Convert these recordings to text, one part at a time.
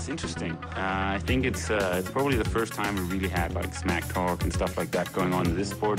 It's interesting. I think it's probably the first time we really had like smack talk and stuff like that going on in this sport.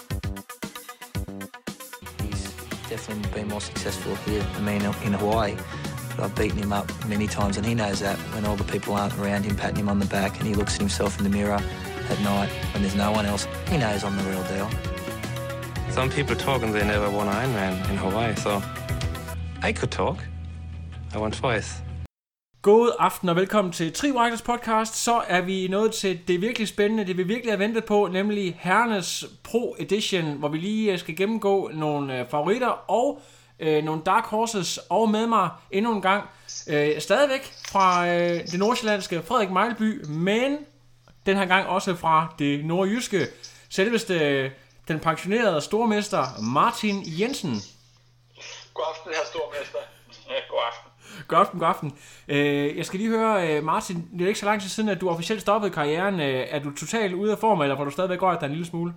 He's definitely been more successful here than me in Hawaii. But I've beaten him up many times, and he knows that when all the people aren't around him patting him on the back and he looks at himself in the mirror at night when there's no one else, he knows I'm the real deal. Some people talk and they never won Ironman in Hawaii, so I could talk. I won twice. God aften og velkommen til Tri-Riders podcast. Så er vi nået til det virkelig spændende, det vi virkelig har ventet på, nemlig herrenes Pro Edition, hvor vi lige skal gennemgå nogle favoritter og nogle dark horses, og med mig endnu en gang stadigvæk fra det nordsjællandske Frederik Mejlby, men den her gang også fra det nordjyske, selveste den pensionerede stormester Martin Jensen. God aften, herre stormester. Ja, god aften. God aften. Jeg skal lige høre, Martin, det er ikke så lang tid siden, at du officielt stoppede karrieren. Er du totalt ude af form, eller får du stadigvæk rørt dig en lille smule?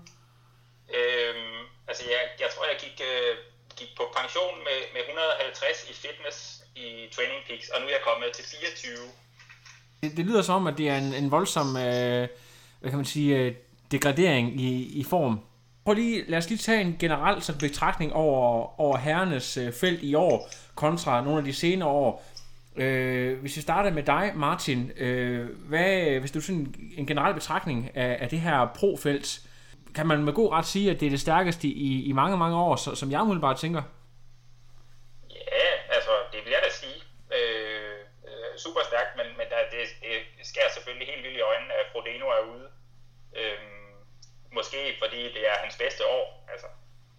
Jeg tror, jeg gik på pension med 150 i fitness i Training Peaks, og nu er jeg kommet til 24. Det lyder som, at det er en voldsom, hvad kan man sige, degradering i form. Lad os lige tage en generel betragtning over herrenes felt i år, kontra nogle af de senere år. Hvis vi starter med dig, Martin, hvis du sådan en generel betragtning af det her pro-felt, kan man med god ret sige, at det er det stærkeste i mange, mange år, som jeg umiddelbart tænker? Ja, altså det vil jeg da sige. Super stærkt, men det skærer selvfølgelig helt vildt i øjnene, at Frodeno er ude. Måske fordi det er hans bedste år, altså.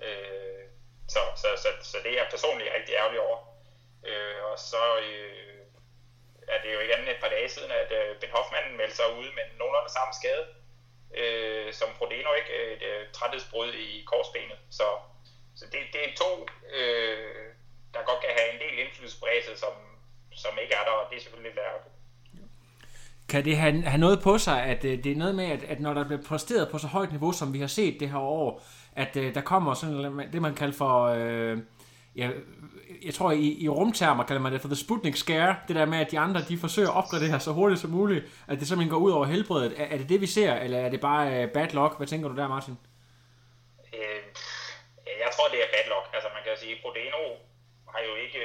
Så det er jeg personligt rigtig ærgerlig over. Og så er det jo ikke andet et par dage siden, at Ben Hoffmann meldte sig ude med nogenlunde samme skade som Frodeno, ikke? Et træthedsbrud i korsbenet. Så det er to, der godt kan have en del indflydelse på racet, som ikke er der, og det er selvfølgelig lidt ærgerligt. Kan det have noget på sig, at det er noget med, at når der bliver præsteret på så højt niveau, som vi har set det her år, at der kommer sådan det, man kalder for, jeg tror i rumtermer kalder man det for the Sputnik scare, det der med, at de andre, de forsøger at opgradere så hurtigt som muligt, at det simpelthen går ud over helbredet. Er det vi ser, eller er det bare bad luck? Hvad tænker du der, Martin? Jeg tror, det er bad luck. Altså man kan sige, Frodeno har jo ikke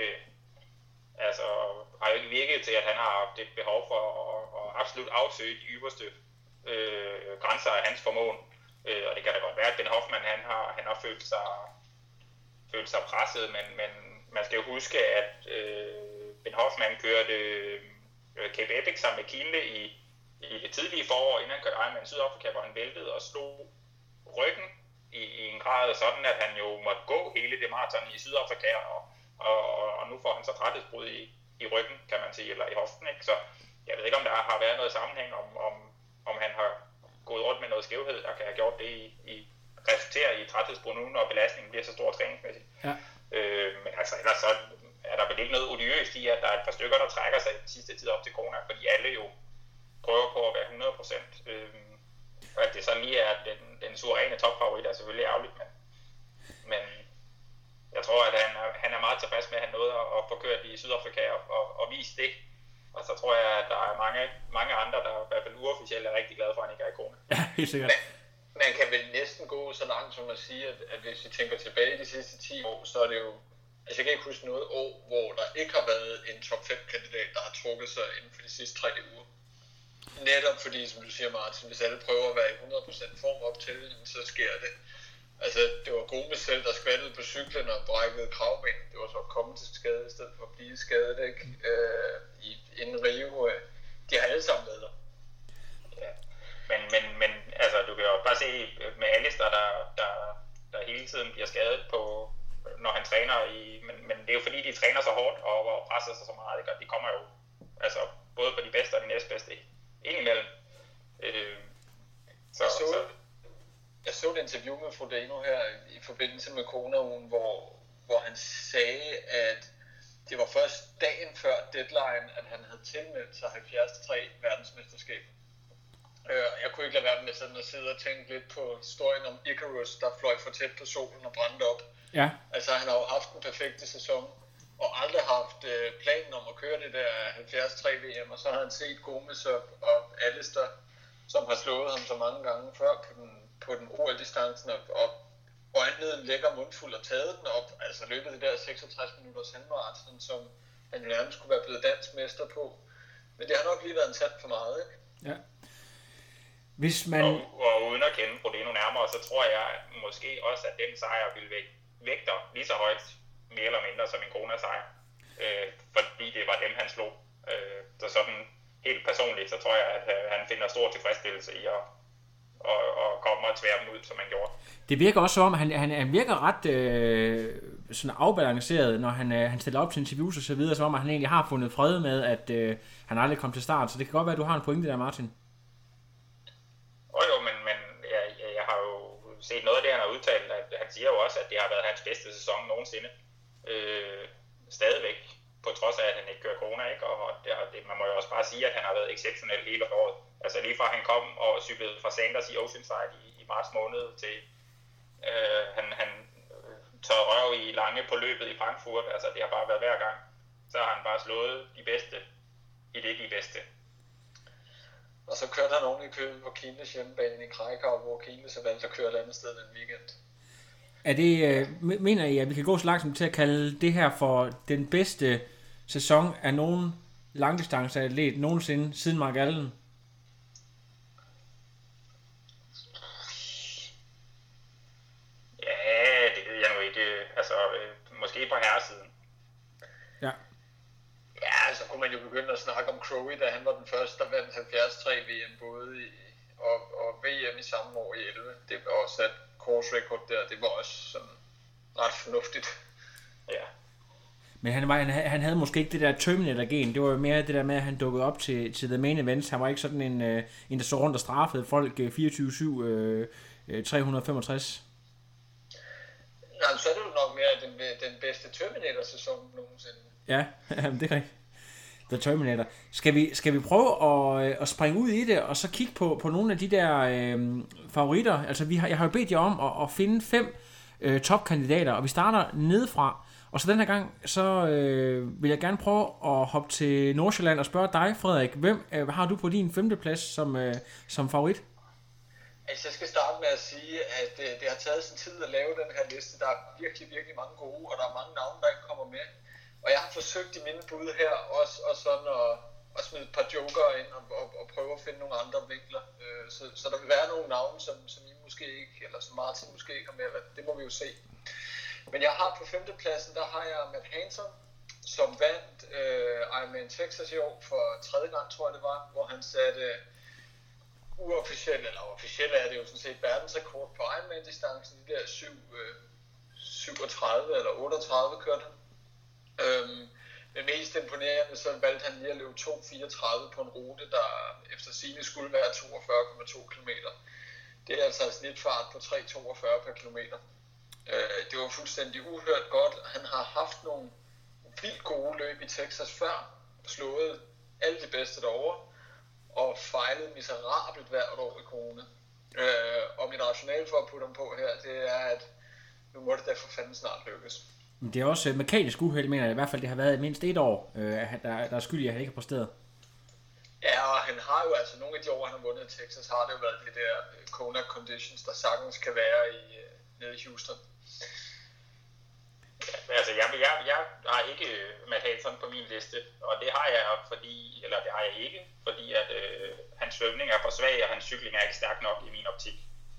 virket til, at han har haft et behov for at absolut afsøge de ypperste grænser af hans formåen. Og det kan da godt være, at Ben Hoffmann han har følt sig presset, men man skal jo huske, at Ben Hoffmann kørte Cape Epic sammen med Kienle i det tidlige forår, inden han kørte Ironman Sydafrika, hvor han væltede og slog ryggen i en grad sådan, at han jo måtte gå hele det maraton i Sydafrika, og nu får han så træthedsbrud i ryggen, kan man sige, eller i hoften, ikke? Så jeg ved ikke, om der har været noget sammenhæng, om han har gået rundt med noget skævhed, der kan have gjort det resultere i træthedsbrud nu, når belastningen bliver så stor træningsmæssigt. Ja. Men altså ellers så er der vel ikke noget odiøst i, at der er et par stykker, der trækker sig den sidste tid op til Kona, fordi alle jo prøver på at være 100%. Og at det så lige er den suveræne topfavorit er selvfølgelig ærgerligt, men jeg tror, at han er meget tilfreds med, at han nåede at få kørt i Sydafrika og vise det. Og så tror jeg, at der er mange andre, der i hvert fald uofficielt er rigtig glade for, at han ikke er i Kona. Ja, helt sikkert. Man kan vel næsten gå så langt som at sige, at hvis vi tænker tilbage de sidste 10 år, så er det jo... Altså jeg kan ikke huske noget år, hvor der ikke har været en top 5-kandidat, der har trukket sig inden for de sidste 3 uger. Netop fordi, som du siger, Martin, hvis alle prøver at være i 100% form op til, så sker det. Altså, det var Gomes selv, der skvattede på cyklen og brækkede kravbenet. Det var så kommet til skade, i stedet for at blive skadet, ikke? Inden Rio. De har alle sammen været der. Ja. Men altså, du kan jo bare se med Alistair, der hele tiden bliver skadet på, når han træner men det er jo fordi, de træner så hårdt og presser sig så meget, ikke? Og de kommer jo altså, både på de bedste og de næstbedste indimellem. Jeg så et interview med Frodeno her i forbindelse med Kona-ugen, hvor han sagde, at det var først dagen før deadline, at han havde tilmeldt sig 73 verdensmesterskab. Jeg kunne ikke lade være med sådan at sidde og tænke lidt på historien om Icarus, der fløj for tæt på solen og brændte op. Ja. Altså han har jo haft den perfekte sæson, og aldrig haft planen om at køre det der 73 VM, og så har han set Gomes og Alistair, som har slået ham så mange gange før på den OL-distancen, og øjnede en lækker mundfuld og taget den op, altså løbet det der 66 minutters halvmarathon, som han jo nærmest skulle være blevet dansk mester på. Men det har nok lige været en tand for meget, ikke? Ja. Hvis man... Og uden at kende Frodeno nærmere, så tror jeg måske også, at den sejr ville vægter lige så højt, mere eller mindre som en Kona-sejr. Fordi det var dem, han slog. Så sådan helt personligt, så tror jeg, at han finder stor tilfredsstillelse i at komme og tvære dem ud, som han gjorde. Det virker også som om, han virker ret sådan afbalanceret, når han stiller op til interviews og så videre, som om han egentlig har fundet fred med, at han aldrig kom til start. Så det kan godt være, at du har en pointe der, Martin. Jo, men jeg har jo set noget af det, han har udtalt, at han siger jo også, at det har været hans bedste sæson nogensinde. Stadigvæk, på trods af, at han ikke kører Kona, ikke? Og man må jo også bare sige, at han har været exceptionel hele året. Altså lige fra han kom og cyklede fra Sanders i Oceanside i marts måned til han tør røv i lange på løbet i Frankfurt. Altså det har bare været hver gang. Så har han bare slået de bedste i det de bedste. Og så kørte han oven i købet på Kines hjemmebane i Krakow, hvor Kine så valgte at køre et andet sted den weekend. Er det, mener I, at vi kan gå så langt til at kalde det her for den bedste sæson af nogen langdistanceatlet nogensinde siden Mark Allen? Ja, det ved jeg nu ikke. Altså, måske på herresiden. Ja. Ja, så kunne man jo begynde at snakke om Crowley, da han var den første, der vandt 73 VM både og VM i samme år i 11. Det var også sat course record der, det var også sådan ret fornuftigt. Ja. Men han havde måske ikke det der Terminator-gen. Det var jo mere det der med, at han dukkede op til the main events. Han var ikke sådan en der så rundt og straffede folk 24/7, 365. Nej, så er det jo nok mere den bedste Terminator-sæson nogensinde. Ja, det er rigtigt. The Terminator. Skal vi prøve at springe ud i det, og så kigge på nogle af de der favoritter? Altså, jeg har jo bedt jer om at finde 5 topkandidater, og vi starter nedefra. Og så den her gang, så vil jeg gerne prøve at hoppe til Nordsjælland og spørge dig, Frederik. Hvem har du på din 5. plads som favorit? Altså, jeg skal starte med at sige, at det har taget sin tid at lave den her liste. Der er virkelig, virkelig mange gode, og der er mange navne, der ikke kommer med. Og jeg har forsøgt i mine bud her også sådan at smide et par joker ind og prøve at finde nogle andre vinkler. Så der vil være nogle navne, som I måske ikke, eller som Martin måske ikke har med. Det må vi jo se. Men jeg har på 5. pladsen, der har jeg Matt Hanson, som vandt Ironman Texas i år for 3. gang, tror jeg det var, hvor han satte uofficielt, eller officielt er det jo sådan set verdensrekord på Ironman-distancen, de der 37 eller 38 kørte han. Men mest imponerende, så valgte han lige at løbe 2.34 på en rute, der efter sigende skulle være 42,2 km. Det er altså en snitfart på 3.42 per kilometer. Det var fuldstændig uhørt godt. Han har haft nogle vildt gode løb i Texas før, slået alle de bedste derovre, og fejlet miserabelt hvert år i corona. Og mit rationale for at putte ham på her, det er, at nu må det da for fanden snart lykkes. Det er også mekanisk uheld, mener jeg i hvert fald, det har været mindst 1 år, der er skyld i, at han ikke har præsteret. Ja, og han har jo altså nogle af de år, han har vundet i Texas, har det jo været de der Kona conditions, der sagtens kan være nede i Houston. Ja, altså, jeg har ikke Matt Hanson på min liste, og det har jeg fordi at hans svømning er for svag, og hans cykling er ikke stærk nok i min optik.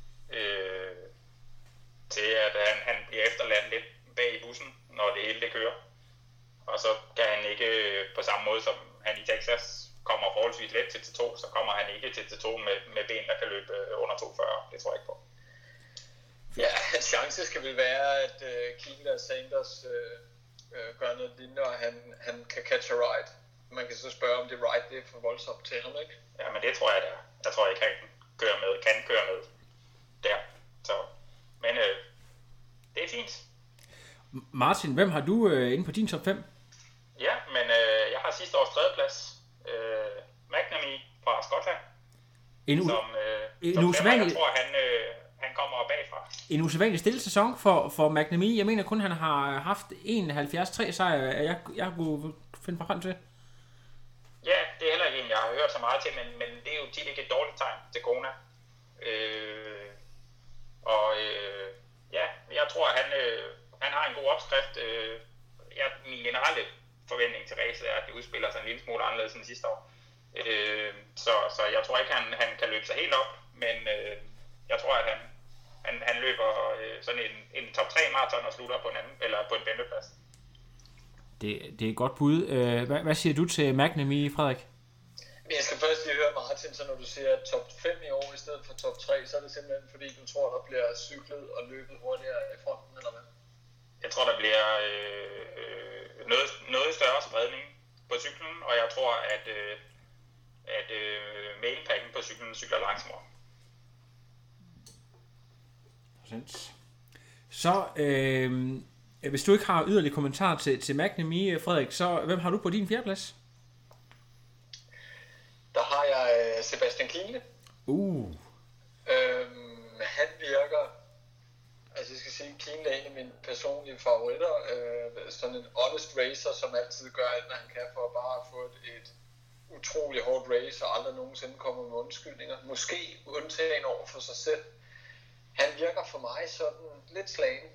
Til at han bliver efterladt lidt bag i bussen, når det hele det kører. Og så kan han ikke på samme måde som han i Texas kommer forholdsvis let til T2, så kommer han ikke til T2 med ben, der kan løbe under 2.40. Det tror jeg ikke på. Ja, hans chance skal vel være, at Keelan Sanders gør noget lignende, og han kan catch a ride. Man kan så spørge, om det ride det er for voldsomt til ham, ikke? Ja, men det tror jeg, det er. Jeg tror ikke, han kan køre med der. Så, men det er fint. Martin, hvem har du inde på din top 5? Ja, men jeg har sidste års 3. plads. McNamee fra Skotland. Jeg tror, han kommer bagfra. en usædvanlig stille sæson for McNamee. Jeg mener kun, han har haft 71-3 sejre, jeg kunne finde frem til. Ja, det er heller ikke en, jeg har hørt så meget til, men det er jo tit ikke et dårligt tegn til Kona. Jeg tror, at han har en god opskrift. Min generelle forventning til racet er, at det udspiller sig en lille smule anderledes end sidste år. Så jeg tror ikke, han kan løbe sig helt op, men jeg tror, at han løber sådan en top 3 maraton og slutter på en anden, eller på en 5. plads. Det er et godt bud. Hvad siger du til McNamee, Frederik? Jeg skal først lige høre Martin, så når du siger top 5 i år i stedet for top 3, så er det simpelthen fordi, du tror, der bliver cyklet og løbet hurtigere i fronten, eller hvad? Jeg tror, der bliver noget større spredning på cyklen, og jeg tror, at mainpacken på cyklen cykler langsommere. Så hvis du ikke har yderligere kommentar til McNamee, Frederik, så hvem har du på din 4. plads? Der har jeg Sebastian Kienle. Han virker, altså jeg skal sige, Kienle er en af mine personlige favoritter. Sådan en honest racer, som altid gør alt, hvad han kan for at bare få et utrolig hårdt race, og aldrig nogensinde kommer med undskyldninger. Måske undtagen over for sig selv. Han virker for mig sådan lidt slagen.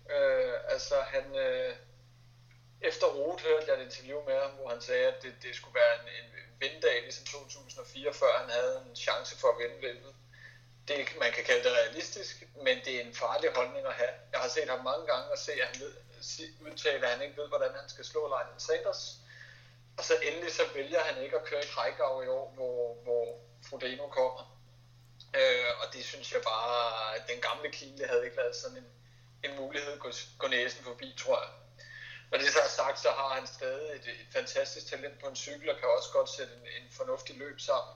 Efter Roth hørte jeg et interview med ham, hvor han sagde, at det skulle være en vinddag ligesom 2004, før han havde en chance for at vinde løbet. Man kan kalde det realistisk, men det er en farlig holdning at have. Jeg har set ham mange gange og se, at han udtale, at han ikke ved, hvordan han skal slå Lionel Sanders. Og så endelig så vælger han ikke at køre i Krejgau i år, hvor Frodeno kommer. Og det synes jeg bare, at den gamle Kienle havde ikke lavet sådan en mulighed at gå næsen forbi, tror jeg. Når det så er sagt, så har han stadig et fantastisk talent på en cykel, og kan også godt sætte en fornuftig løb sammen.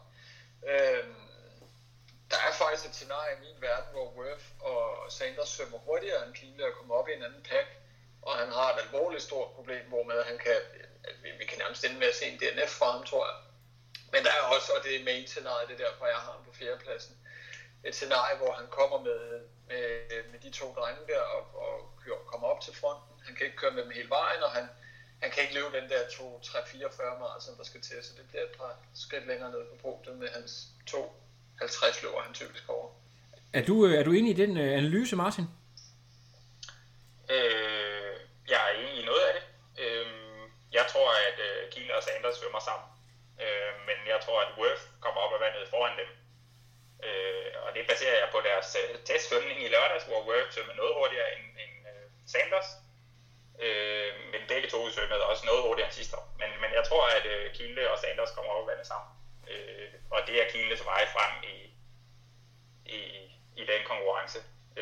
Der er faktisk et scenarie i min verden, hvor Worth og Sanders svømmer hurtigere end Kienle og kommer op i en anden pack, og han har et alvorligt stort problem, hvor med han kan, vi kan nærmest ende med at se en DNF fra ham, tror jeg. Men der er også, og det er main scenarie, det er derfor jeg har ham på 4. pladsen, et scenarie, hvor han kommer med de 2 drenge der og kommer op til fronten. Han kan ikke køre med dem hele vejen, og han kan ikke løbe den der 2-3-4-40 maraton, der skal til, så det bliver et par skridt længere ned på podiet med hans 2:50 løber han typisk over. Er du enig i den analyse, Martin? Jeg er enig i noget af det. Jeg tror, at Kienle og Sanders svømmer sammen. Men jeg tror, at Worth kommer op af vandet foran dem. Og det baserer jeg på deres testsvømning i lørdags, hvor Worth svømmer noget hurtigere end Sanders. Men begge to svømmede også noget hurtigere end sidste år. Men jeg tror, at Kienle og Sanders kommer op af vandet sammen. Og det er Kienles vej frem i den konkurrence.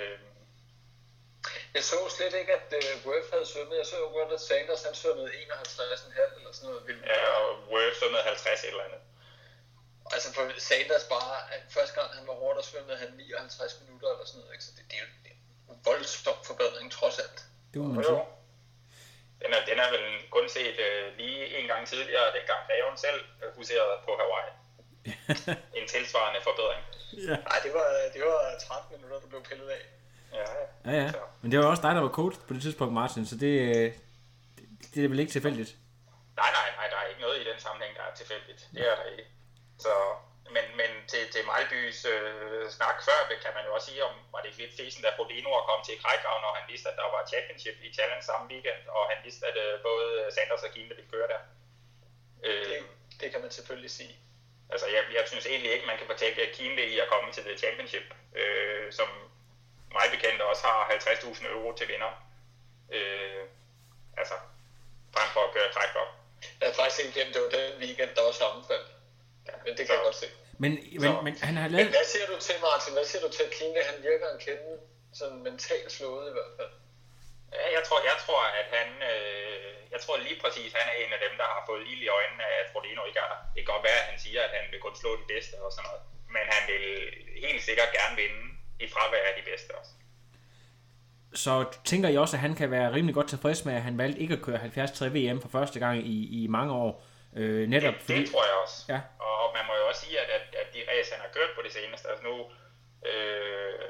Jeg så slet ikke, at Worth havde svømmet. Jeg så jo godt, at Sanders han svømmede 51,5 eller sådan noget. Ja, og Worth svømmede 50 et eller andet. Altså for Sanders bare, at første gang han var hårdt, og svømmede han 59 minutter eller sådan noget. Ikke? Så det er jo en voldsom forbedring trods alt. Det må man sige. Den er vel kun set lige en gang tidligere, dengang Greven selv huserede på Hawaii. En tilsvarende forbedring. Ja. Nej, det var 13 minutter, der blev pillet af. Ja. Men det var også dig, der var coach på det tidspunkt, Martin, så det er vel ikke tilfældigt? Nej, der er ikke noget i den sammenhæng, der er tilfældigt. Det er der ikke. Så, men til Mejlbys snak før, kan man jo også sige, om var det ikke lidt fesen, da Frodeno kom til Krejgau, når han vidste, at der var championship i Challenge samme weekend, og han vidste, at både Sanders og Kienle ville køre der. Det kan man selvfølgelig sige. Altså, jeg synes egentlig ikke, man kan fortælle Kienle i at komme til The Championship, som mig bekendt også har 50.000 euro til vinder. Altså, frem for at køre Krejgau. Jeg har faktisk ikke glemt, det var den weekend, der var sammenfald. Ja, men det kan jeg godt se. Men han har lavet... Men hvad siger du til, Martin? Hvad siger du til, at Kienle, han virker en kende sådan mentalt slået i hvert fald? Ja, jeg tror, at han... jeg tror lige præcis, han er en af dem, der har fået ild i øjnene af, at Frodeno ikke er. Det kan godt være, at han siger, at han vil kun slå de bedste og sådan noget. Men han vil helt sikkert gerne vinde i fravær af de bedste også. Så tænker I også, at han kan være rimelig godt tilfreds med, at han valgte ikke at køre 73 VM for første gang i mange år? Netop fordi... Det tror jeg også. Ja. Og man må jo også sige, at de race, han har kørt på det seneste, altså nu... han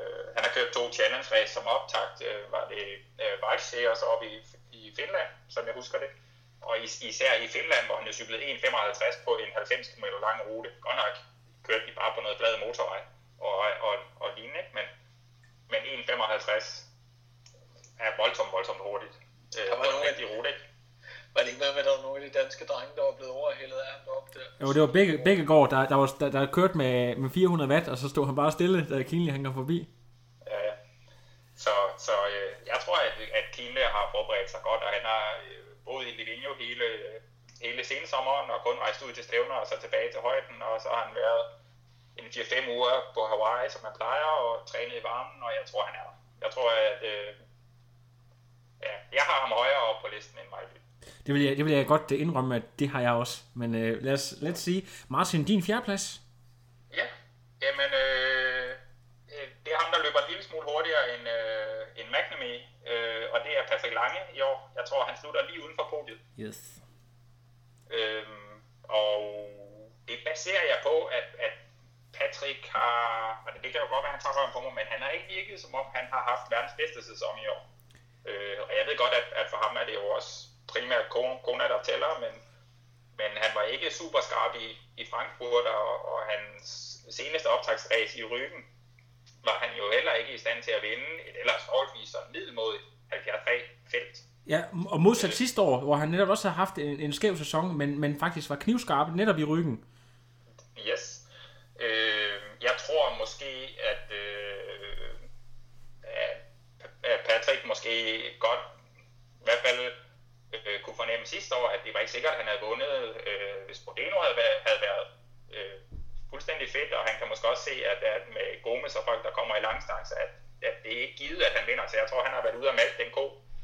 har kørt 2 challenge race som optakt. Var det Vejsjæger så oppe i Finland, som jeg husker det. Og især i Finland, hvor han jo cyklede 1,55 på en 90 km lang rute. Godt nok kørte de bare på noget flad motorvej og lignende, men 1,55 er voldsomt hurtigt. På en rigtig rute, ikke? Var det ikke med, at der var nogle af de danske drenge, der var blevet overhældet af ham deroppe der? Jo, det var begge går, der kørte med 400 watt, og så stod han bare stille, da Kienle han kom forbi. Ja. Så jeg tror, at Kienle har forberedt sig godt, og han har boet i Livigno hele sensommeren, og kun rejst ud til stævner og så tilbage til højden, og så har han været en 4-5 uger på Hawaii, som han plejer, og trænet i varmen, og jeg tror, han er der. Jeg tror, at jeg har ham højere op på listen end Vejlby. Det vil jeg godt indrømme, at det har jeg også. Men lad os sige, Martin, din 4. plads? Ja, jamen det er ham, der løber en lille smule hurtigere end McNamee, og det er Patrick Lange i år. Jeg tror, han slutter lige uden for podiet. Yes. Og det baserer jeg på, at Patrick har, og det kan jo godt være, at han tager røven på mig, men han har ikke virket, som om han har haft verdens bedste sæson i år. Og jeg ved godt, at for ham er det jo også primært Kona, der tæller, men han var ikke super skarp i Frankfurt, og hans seneste optagsræs i Rügen var han jo heller ikke i stand til at vinde et ellers forholdsvis sådan middelmådigt 73-felt. Ja, og modsat sidste år, hvor han netop også har haft en skæv sæson, men faktisk var knivskarp netop i Rügen. Yes. Jeg tror måske, at Patrick måske godt, i hvert fald kunne fornemme sidste år, at det var ikke sikkert, at han havde vundet, hvis Bodeno havde været fuldstændig fedt, og han kan måske også se, at med Gomes og folk, der kommer i langstance, at det er ikke givet, at han vinder. Så jeg tror, han har været ude og mælke den ko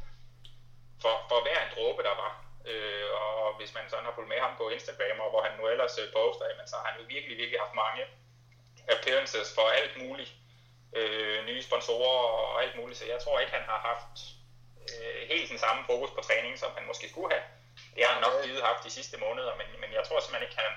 for hver en dråbe, der var. Og hvis man sådan har fulgt med ham på Instagram, og hvor han nu ellers poster, så har han jo virkelig haft mange appearances for alt muligt. Nye sponsorer og alt muligt, så jeg tror ikke, han har haft helt den samme fokus på træning, som han måske skulle have. Det har han nok givet haft de sidste måneder, men jeg tror simpelthen ikke,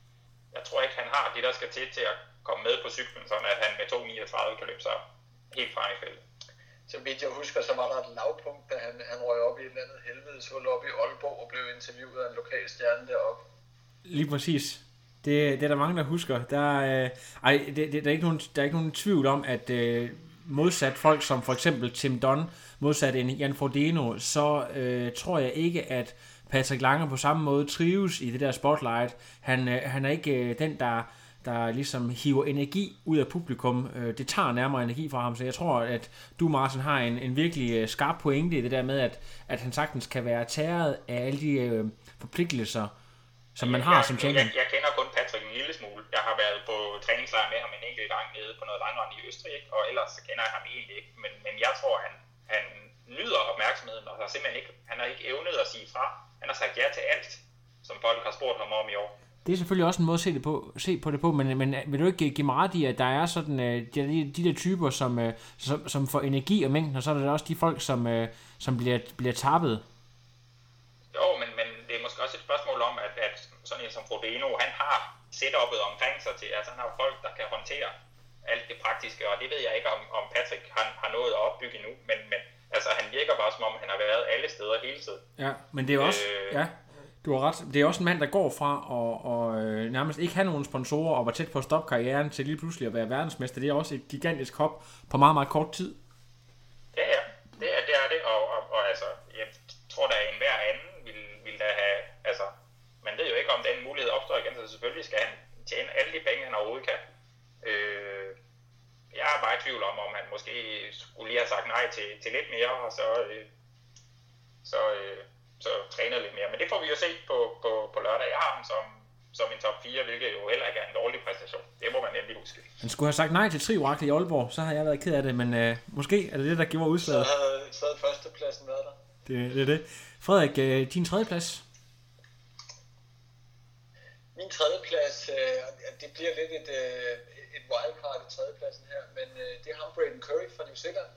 han har det, der skal til at komme med på cyklen, sådan at han med 2.39 kan løbe sig helt frem i feltet. Så vidt jeg husker, så var der et lavpunkt, da han røg op i et eller andet helvedeshul op i Aalborg og blev interviewet af en lokal stjerne deroppe. Lige præcis. Det er der mange, der husker. Der er ikke nogen tvivl om, at modsat folk som for eksempel Tim Dunn, modsat en Jan Frodeno, så tror jeg ikke, at Patrick Lange på samme måde trives i det der spotlight. Han er ikke den, der ligesom hiver energi ud af publikum. Det tager nærmere energi fra ham, så jeg tror, at du, Martin, har en virkelig skarp pointe i det der med, at han sagtens kan være tæret af alle de forpligtelser, som man har som champion. Jeg kender kun Patrick en lille smule. Jeg har været på træningslejr med ham en enkelt gang nede på noget vandrende i Østrig, og ellers så kender jeg ham egentlig ikke. Men jeg tror, han nyder opmærksomheden, og han har ikke evnet at sige fra. Han har sagt ja til alt, som folk har spurgt ham om i år. Det er selvfølgelig også en måde at se på det på, men vil du ikke give mig ret i, at der er sådan de der typer, som får energi og mængden, og så er der også de folk, som bliver tappet? Jo, men det er måske også et spørgsmål om, at sådan en som Frodeno, han har setup'et omkring sig til, altså han har folk, der kan håndtere alt det praktiske, og det ved jeg ikke, om Patrick har nået at opbygge endnu, men altså han virker bare som om, han har været alle steder hele tiden. Ja, men det er også, du har ret, det er også en mand, der går fra og nærmest ikke have nogen sponsorer og var tæt på at stoppe karrieren til lige pludselig at være verdensmester. Det er også et gigantisk hop på meget, meget kort tid. Ja, det er det, og altså, jeg tror da enhver anden vil da have, altså, man ved jo ikke, om den mulighed opstår igen, så selvfølgelig skal han tjene alle de penge, han overhovedet kan. Jeg er bare i tvivl om han måske skulle lige have sagt nej til lidt mere, og så træner lidt mere. Men det får vi jo se på lørdag. Jeg har ham som en top 4, hvilket jo heller ikke er en dårlig præstation. Det må man endelig huske. Han skulle have sagt nej til Triorakle i Aalborg, så har jeg været ked af det, men måske er det, der giver udslaget. Så havde førstepladsen været der. Det er det. Frederik, din 3. plads? Min 3. plads, det bliver lidt et wildcard i 3. pladsen her, men det er ham Braden Curry fra New Zealand.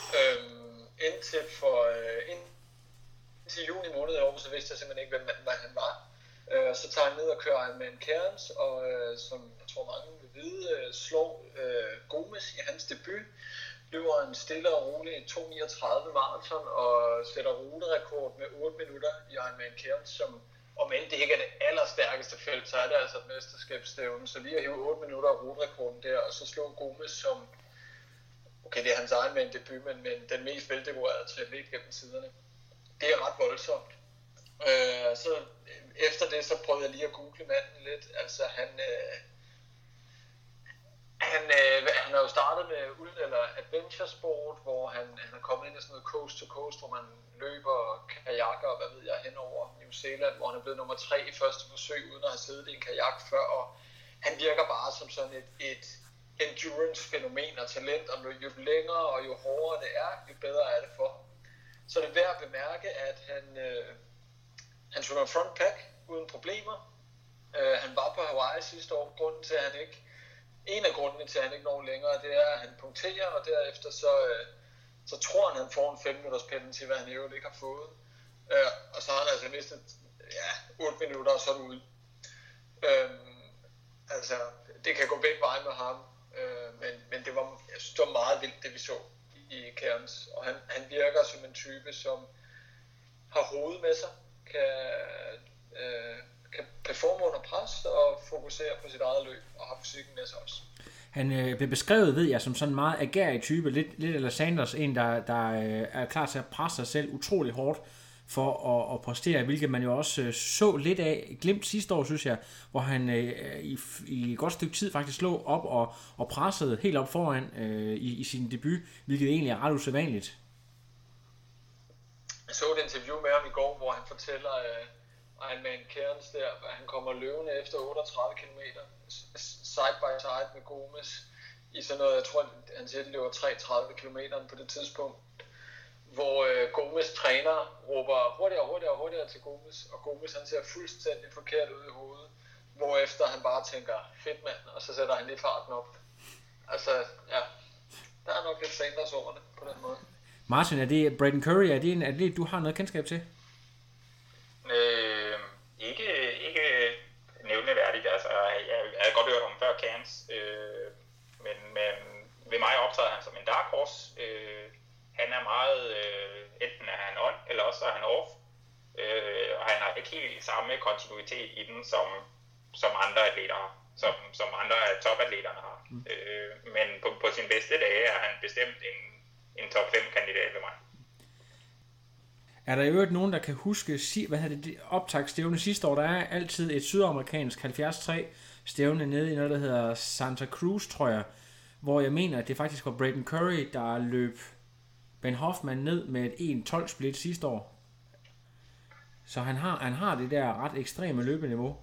Indtil juni måned i år, så vidste jeg simpelthen ikke, hvad han var. Så tager han ned og kører Ironman Cairns, og som jeg tror mange vil vide, slår Gomes i hans debut. løber en stille og rolig 2:39 maraton og sætter ruterekord med 8 minutter i Ironman Cairns, som om end det ikke er det allerstærkeste felt, så er det altså et mesterskabsstævne. Så lige at hive 8 minutter af ruterekorden der, og så slå Gomes som, okay, det er hans Ironman debut, men den mest veldekorerede triatlet gennem tiderne. Det er ret voldsomt. Så efter det, så prøvede jeg lige at google manden lidt. Altså han har jo startet med eller adventure sport, hvor han er kommet ind i sådan noget coast to coast, hvor man løber kajakker og hvad ved jeg hen over New Zealand, hvor han er blevet nummer 3 i første forsøg, uden at have siddet i en kajak før, og han virker bare som sådan et endurance-fænomen og talent, og jo længere og jo hårdere det er, jo bedre er det for ham. Så det er værd at bemærke, at han svømmer frontpack uden problemer. Han var på Hawaii sidste år. En af grundene til, at han ikke når længere, det er, at han punkterer, og derefter så tror han får en 5 minutters penalty, hvad han i øvrigt ikke har fået. Og så har han altså mistet 8 minutter, og så er det ude. Altså, det kan gå begge veje med ham, men jeg synes, det var meget vildt, det vi så i Cairns. Og han virker som en type, som har hovedet med sig, kan performe under pres og fokusere på sit eget løb, og har fysikken med sig også. Han blev beskrevet, ved jeg, som sådan en meget agerig type, lidt eller Sanders, en der er klar til at presse sig selv utrolig hårdt for at præstere, hvilket man jo også så lidt af Glimt sidste år, synes jeg, hvor han i et godt stykke tid faktisk lå op og pressede helt op foran i sin debut, hvilket egentlig er ret usædvanligt. Jeg så et interview med ham i går, hvor han fortæller Ironman Cairns der, at han kommer løbende efter 38 km side by side med Gomes i sådan noget, jeg tror han siger, det løber 33 km på det tidspunkt, hvor Gomes træner råber hurtigere til Gomes, og Gomes han ser fuldstændig forkert ud i hovedet, hvorefter han bare tænker, fedt mand, og så sætter han lige farten op. Altså, ja, der er nok lidt Sanders over det på den måde. Martin, er det Braden Currie, er det en atlet, du har noget kendskab til? Ikke nævneværdigt. Altså, jeg havde godt hørt om før Cairns, men ved mig optræder han som en dark horse. Han er meget, enten er han on, eller også er han off. Og han har ikke helt samme kontinuitet i den, som andre atleter har, som andre af topatleterne har. Men på sin bedste dage er han bestemt en top 5 kandidat ved mig. Er der i øvrigt nogen, der kan huske, optagsstævne sidste år? Der er altid et sydamerikansk 73 stævne nede i noget, der hedder Santa Cruz, tror jeg, hvor jeg mener, at det faktisk var Braden Currie, der løb Ben Hoffman ned med et 1.12 split sidste år. Så han har det der ret ekstreme løbeniveau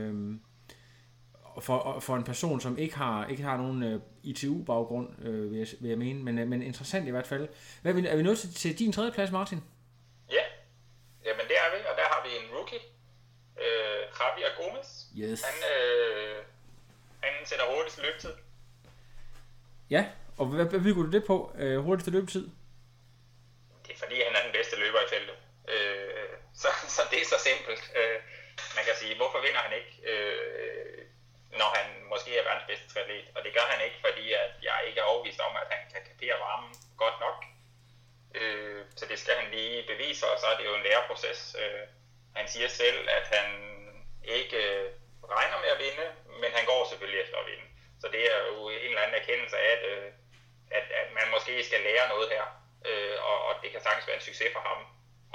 for en person, som ikke har nogen ITU-baggrund, vil jeg mene, men interessant i hvert fald. Er vi nået til din tredje plads, Martin? Ja, jamen det er vi, og der har vi en rookie, Javier Gomes. Yes. Han sætter hurtigst løbetid. Ja, og hvad bygger du det på, hurtigste løbetid? Det er fordi, han er den bedste løber i feltet. Så det er så simpelt. Man kan sige, hvorfor vinder han ikke, når han måske er verdens bedste triatlet? Og det gør han ikke, fordi at jeg ikke er overbevist om, at han kan kapere varmen godt nok. Så det skal han lige bevise, og så er det jo en læreproces. Han siger selv, at han ikke regner med at vinde, men han går selvfølgelig efter at vinde. Så det er jo en eller anden erkendelse af, at man måske skal lære noget her, og det kan sagtens være en succes for ham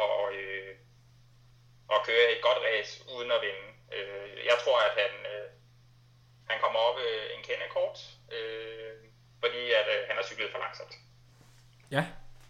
at køre et godt race uden at vinde. Jeg tror, at han kommer op en kendekort, fordi at han har cyklet for langsomt. Ja.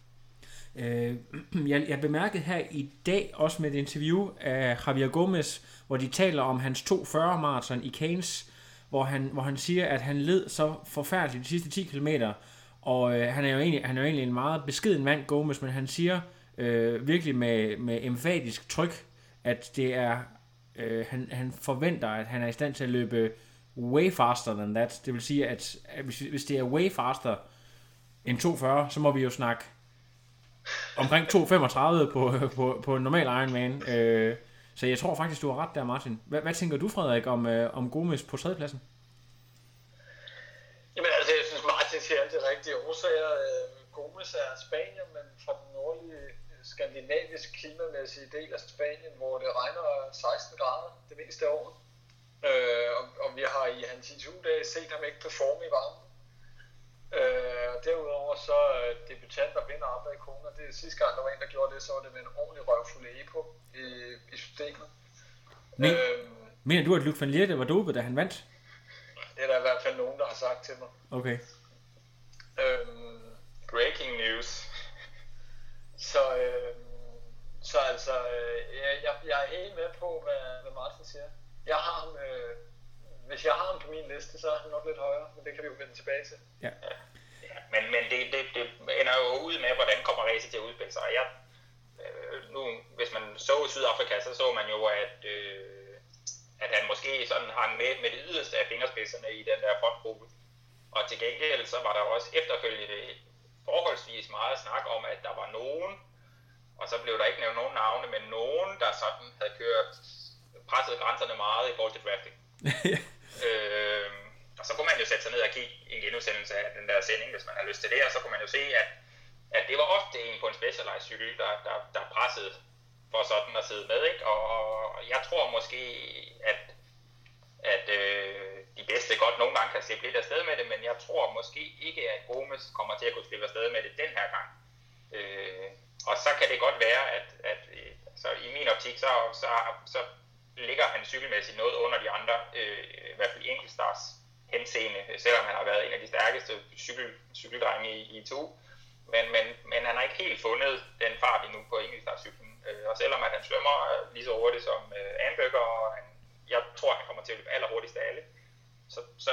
Jeg bemærkede her i dag også med et interview af Javier Gomes, hvor de taler om hans 2:40 maraton i Cairns, hvor han siger, at han led så forfærdeligt de sidste 10 kilometer, og han er jo egentlig en meget beskeden mand, Gomes, men han siger virkelig med emfatisk tryk, at det er han forventer, at han er i stand til at løbe way faster than that. Det vil sige, at hvis det er way faster end 2:40, så må vi jo snakke omkring 2:35 på en normal Ironman. Så jeg tror faktisk, du har ret der, Martin. Hvad tænker du, Frederik, om Gomes på tredjepladsen? Jamen altså, jeg synes, Martin siger altid rigtige årsager. Gómez er spanier, men fra den nordlige skandinavisk klimamæssige del af Spanien, hvor det regner 16 grader det meste af året. Og vi har i hans ITU-dage set ham ikke performe i varmen. Og derudover så debutant og vinder andre ikoner. Det er sidste gang, der var en, der gjorde det, så var det med en ordentlig røvfuld Epo i systemet. Mener du, at Luc van Lierde var dopet, da han vandt? Det er der i hvert fald nogen, der har sagt til mig. Okay. Breaking news. Så altså, jeg er helt med på, hvad Martin siger. Jeg har ham, hvis jeg har ham på min liste, så er han nok lidt højere, men det kan vi jo vende tilbage til. Ja. Men det ender jo ud med, hvordan kommer racet til at udspille sig. Nu, hvis man så Sydafrika, så man jo, at han måske sådan hang med det yderste af fingerspidserne i den der frontgruppe. Og til gengæld så var der også efterfølgende forholdsvis meget snak om, at der var nogen, og så blev der ikke nævnt nogen navne, men nogen, der sådan havde presset grænserne meget i forhold til drafting. Og så kunne man jo sætte sig ned og kigge en genudsendelse af den der sending, hvis man har lyst til det, og så kunne man jo se, at det var ofte en på en Specialized cykel, der pressede for sådan at sidde med, ikke? Og jeg tror måske, at de bedste godt nogle gange kan slippe lidt afsted med det, men jeg tror måske ikke, at Gómez kommer til at kunne slippe afsted med det den her gang. Og så kan det godt være, at så i min optik, så ligger han cykelmæssigt noget under de andre, i hvert fald i enkeltstars henseende, selvom han har været en af de stærkeste cykeldrenge i to. Men han har ikke helt fundet den fart endnu på enkeltstartscyklen. Og selvom at han svømmer lige så hurtigt som Anbøger, og jeg tror, han kommer til at løbe allerhurtigst af alle, så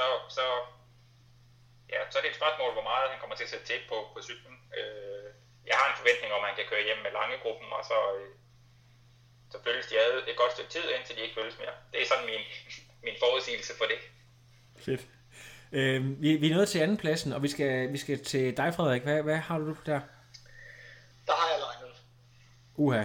er det et spørgsmål, hvor meget han kommer til at sætte til på cyklen. Jeg har en forventning om, at han kan køre hjem med lange gruppen, og så følges de ad et godt stykke tid, indtil de ikke følges mere. Det er sådan min forudsigelse for det. Fedt. Vi er nået til andenpladsen, og vi skal til dig, Frederik. Hvad har du der? Der har jeg Lionel. Uha.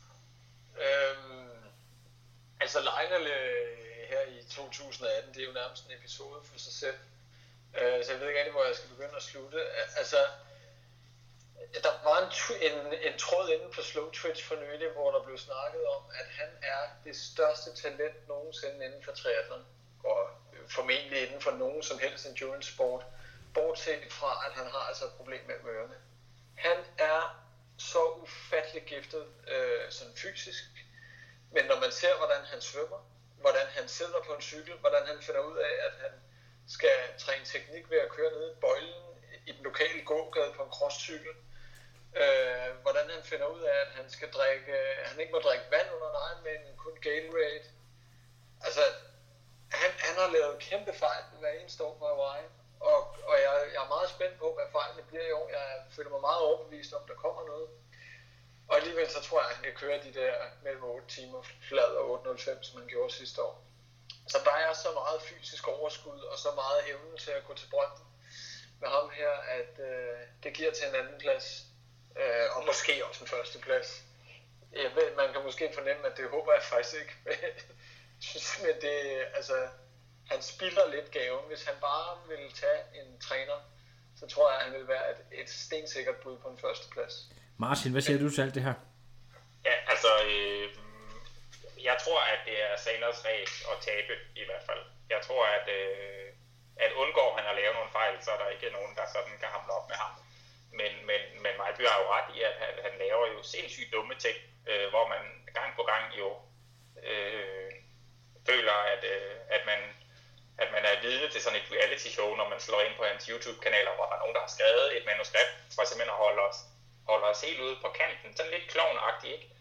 Altså Lionel her i 2018, det er jo nærmest en episode for sig selv. Så jeg ved ikke rigtig, hvor jeg skal begynde at slutte. Altså, der var en tråd inde på Slow Twitch for nylig, hvor der blev snakket om, at han er det største talent nogensinde inden for triathlon. Og formentlig inden for nogen som helst endurance sport. Bortset fra, at han har altså et problem med ørerne. Han er så ufattelig giftet sådan fysisk. Men når man ser, hvordan han svømmer, hvordan han sidder på en cykel, hvordan han finder ud af, at han skal træne teknik ved at køre ned i bøjlen i den lokale gågade på en crosscykel, hvordan han finder ud af, at han ikke må drikke vand under nejen, men kun Gatorade. Altså, han har lavet kæmpe fejl hver eneste år på Hawaii, og jeg er meget spændt på, hvad fejlene bliver i år. Jeg føler mig meget overbevist om, der kommer noget. Og alligevel så tror jeg, at han kan køre de der mellem 8 timer flad og 8.05, som han gjorde sidste år. Så der er så meget fysisk overskud og så meget evne til at gå til brønden med ham her, at det giver til en anden plads. Og måske også en første plads. Man kan måske fornemme, at det håber jeg faktisk ikke. Men det, altså, han spilder lidt gaven. Hvis han bare vil tage en træner, så tror jeg, at han vil være et stensikkert bud på en første plads. Martin, hvad siger du til alt det her? Ja, altså, jeg tror, at det er Sanders race at tabe i hvert fald. Jeg tror, at undgår han at lave nogle fejl, så er der ikke nogen, der sådan kan hamle op med ham. Men Majby har jo ret i, at han laver jo sindssygt dumme ting, hvor man gang på gang jo føler, at man er vidne til sådan et reality show, når man slår ind på hans YouTube-kanaler, hvor der er nogen, der har skrevet et manuskript for simpelthen at holde os helt ude på kanten. Sådan lidt klovnagtigt, ikke?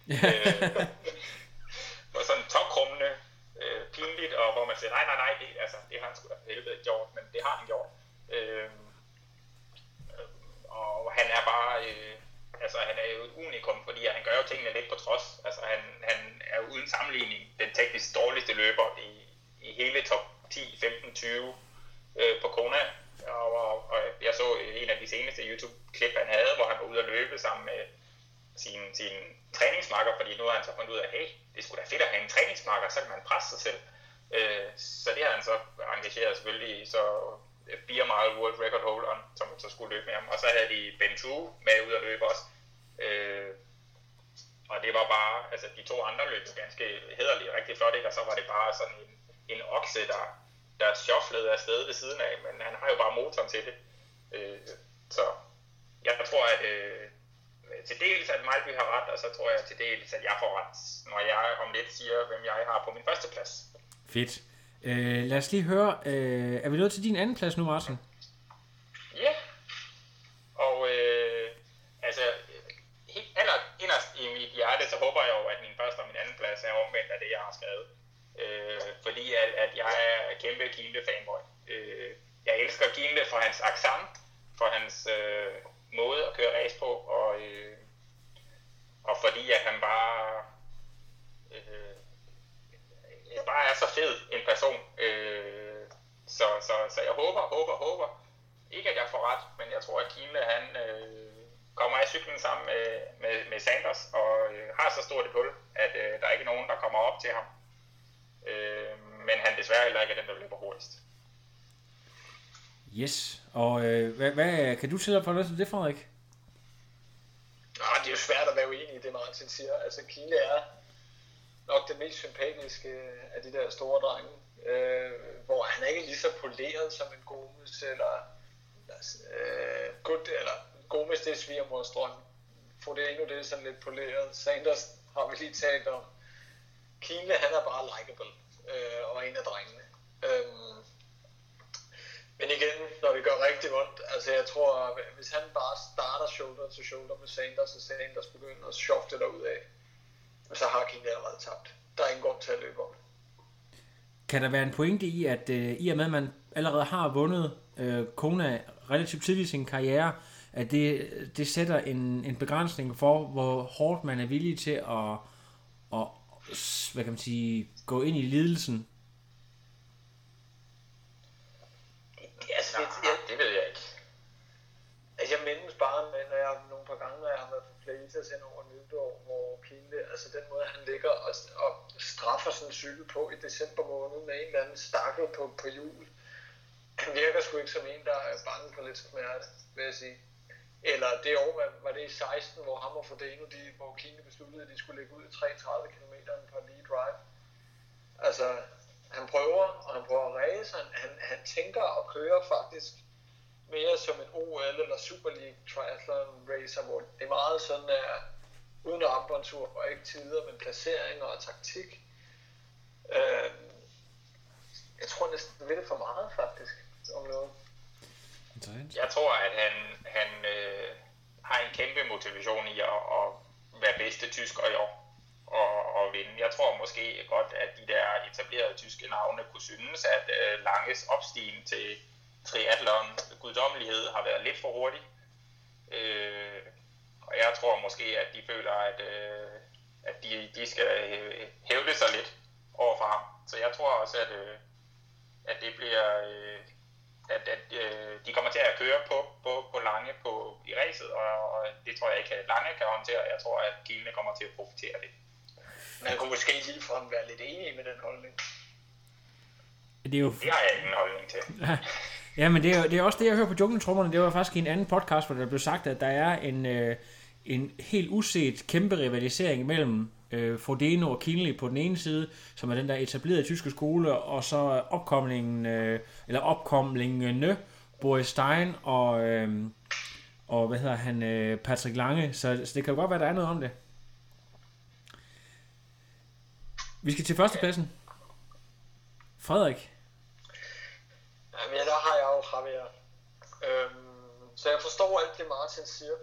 Og sådan tokrummende, pinligt, og hvor man siger, nej, det har han sgu da helvede gjort, men det har han gjort. Og han er bare, han er jo et unikum, fordi han gør jo tingene lidt på trods. Altså han er uden sammenligning den teknisk dårligste løber i hele top 10, 15, 20 på Kona. Og jeg så en af de seneste YouTube-klip, han havde, hvor han var ude at løbe sammen med sin træningsmarker, fordi nu har han så fundet ud af, hey, det er sgu da fedt at have en træningsmarker, så kan man presse sig selv. Så det har han så engageret selvfølgelig i. Så beer mile world record holderen, som så skulle løbe med ham. Og så havde de Ben True med ud at løbe også. Og det var bare, altså de to andre løb ganske hæderligt, rigtig flot, ikke? Og så var det bare sådan en okse, der shufflede afsted ved siden af, men han har jo bare motoren til det. Så jeg tror, at til dels, at Mejlby har ret, og så tror jeg til dels, at jeg får ret, når jeg om lidt siger, hvem jeg har på min første plads. Fedt. Lad os lige høre, er vi nået til din anden plads nu, Martin? Ja, og altså helt inderst i mit hjerte, så håber jeg jo, at min første og min anden plads er omvendt af det, jeg har skrevet. Fordi at jeg er kæmpe Kienle-fanboy. Jeg elsker Kienle for hans accent, for hans måde at køre race på, og fordi at han bare er så fed en person. Så jeg håber ikke, at jeg får ret, men jeg tror, at Kienle han kommer af cyklen sammen med Sanders og har så stort et hul, at der er ikke nogen, der kommer op til ham. Men han desværre heller ikke er den, der løber hurtigst. Yes, og hvad kan du sætte op for noget til det, Frederik? Det er jo svært at være uenig i det, Martin siger. Altså, Kienle er nok det mest sympatiske af de der store drenge, hvor han er ikke lige så poleret som en Gomes, eller Gomes, det er svigermors drøm. Frodeno, det er sådan lidt poleret. Sanders har vi lige talt om. Kienle, han er bare likeable, og en af drengene. Men igen, når det gør rigtig ondt, altså jeg tror, hvis han bare starter shoulder to shoulder med Sanders, og Sanders begynder at shofte derudad, så har Kienle allerede tabt. Der er ingen grund til at løbe om. Kan der være en pointe i, at i og med, at man allerede har vundet Kona relativt tidligt i sin karriere, at det sætter en begrænsning for, hvor hårdt man er villig til at hvad kan man sige, gå ind i lidelsen? Det ved jeg ikke. Altså jeg mindes bare, når jeg nogle par gange, når jeg har været på Playtas hen over nytår, hvor Kienle, altså den måde han ligger og straffer sådan en cykel på i december måned med en eller anden stakkel på hjul. Han virker sgu ikke som en, der er bange for lidt smerte, vil jeg sige. Eller det år, var det i 16, hvor ham og Frodeno, hvor Kienle besluttede, at de skulle lægge ud i 33 km på lead drive. Altså, han prøver at race, han tænker og kører faktisk mere som en OL eller Super League triathlon racer, hvor det er meget sådan uden armbåndsur og ikke tider, men placeringer og taktik. Jeg tror næsten ved det for meget faktisk om noget. Jeg tror, at han har en kæmpe motivation i at være bedste tysker i år og vinde. Jeg tror måske godt, at de der etablerede tyske navne kunne synes, at Langes opstigen til triathlon guddommelighed har været lidt for hurtig. Og jeg tror måske, at de føler, at de skal hævde sig lidt overfor ham. Så jeg tror også, at det bliver... At de kommer til at køre på Lange i racet, og det tror jeg ikke, at Lange kan håndtere. Jeg tror, at Kienle kommer til at profitere det. Man kunne måske ligefrem være lidt enig med den holdning. Det har jeg ingen holdning til. Ja, men det er også det, jeg hører på Jungletrummerne. Det var faktisk i en anden podcast, hvor der blev sagt, at der er en helt uset kæmpe rivalisering mellem Frodeno og Kienle på den ene side, som er den der etablerede tyske skole, og så opkomlingene Boris Stein og hvad hedder han, Patrick Lange, så det kan jo godt være, der er noget om det. Vi skal til førstepladsen. Frederik. Jamen ja, der har jeg jo Javier. Så jeg forstår alt det, Martin siger.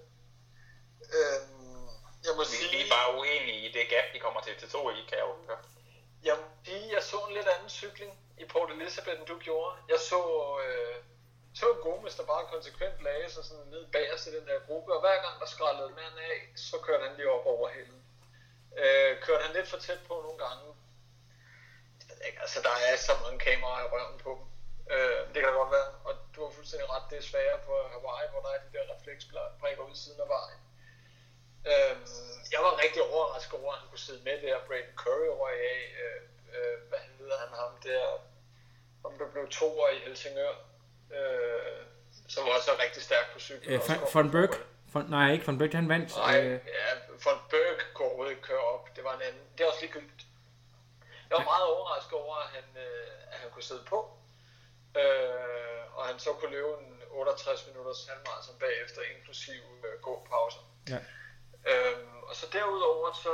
Jeg må sige... Vi er bare uenige i det gap, de kommer til T2 i, kan jeg jo høre. Jeg så en lidt anden cykling i Port Elizabeth, end du gjorde. Jeg så Gomes, der bare konsekvent lagde sig sådan ned bagerst i den der gruppe, og hver gang der skrællede manden af, så kørte han lige op over hælden. Kørte han lidt for tæt på nogle gange. Altså, der er så mange kameraer i røven på dem. Det kan da godt være, og du har fuldstændig ret, det er sværere på Hawaii, hvor der er de der refleksbrækker ude siden af vejen. Jeg var rigtig overrasket over, at han kunne sidde med der, Braden Curry over hvad hedder han ham der, om der blev toer i Helsingør. som også er rigtig stærk på cykel. Von Berg? Nej, ikke Von Berg, han vandt. Von Berg kunne overhovedet ikke køre op. Det var en anden. Det er også ligegyldigt. Jeg var meget overrasket over, at han kunne sidde på. Og han så kunne løbe en 68 minutters halvmarathon bagefter, inklusive gåpauser. Ja. Og så derudover, så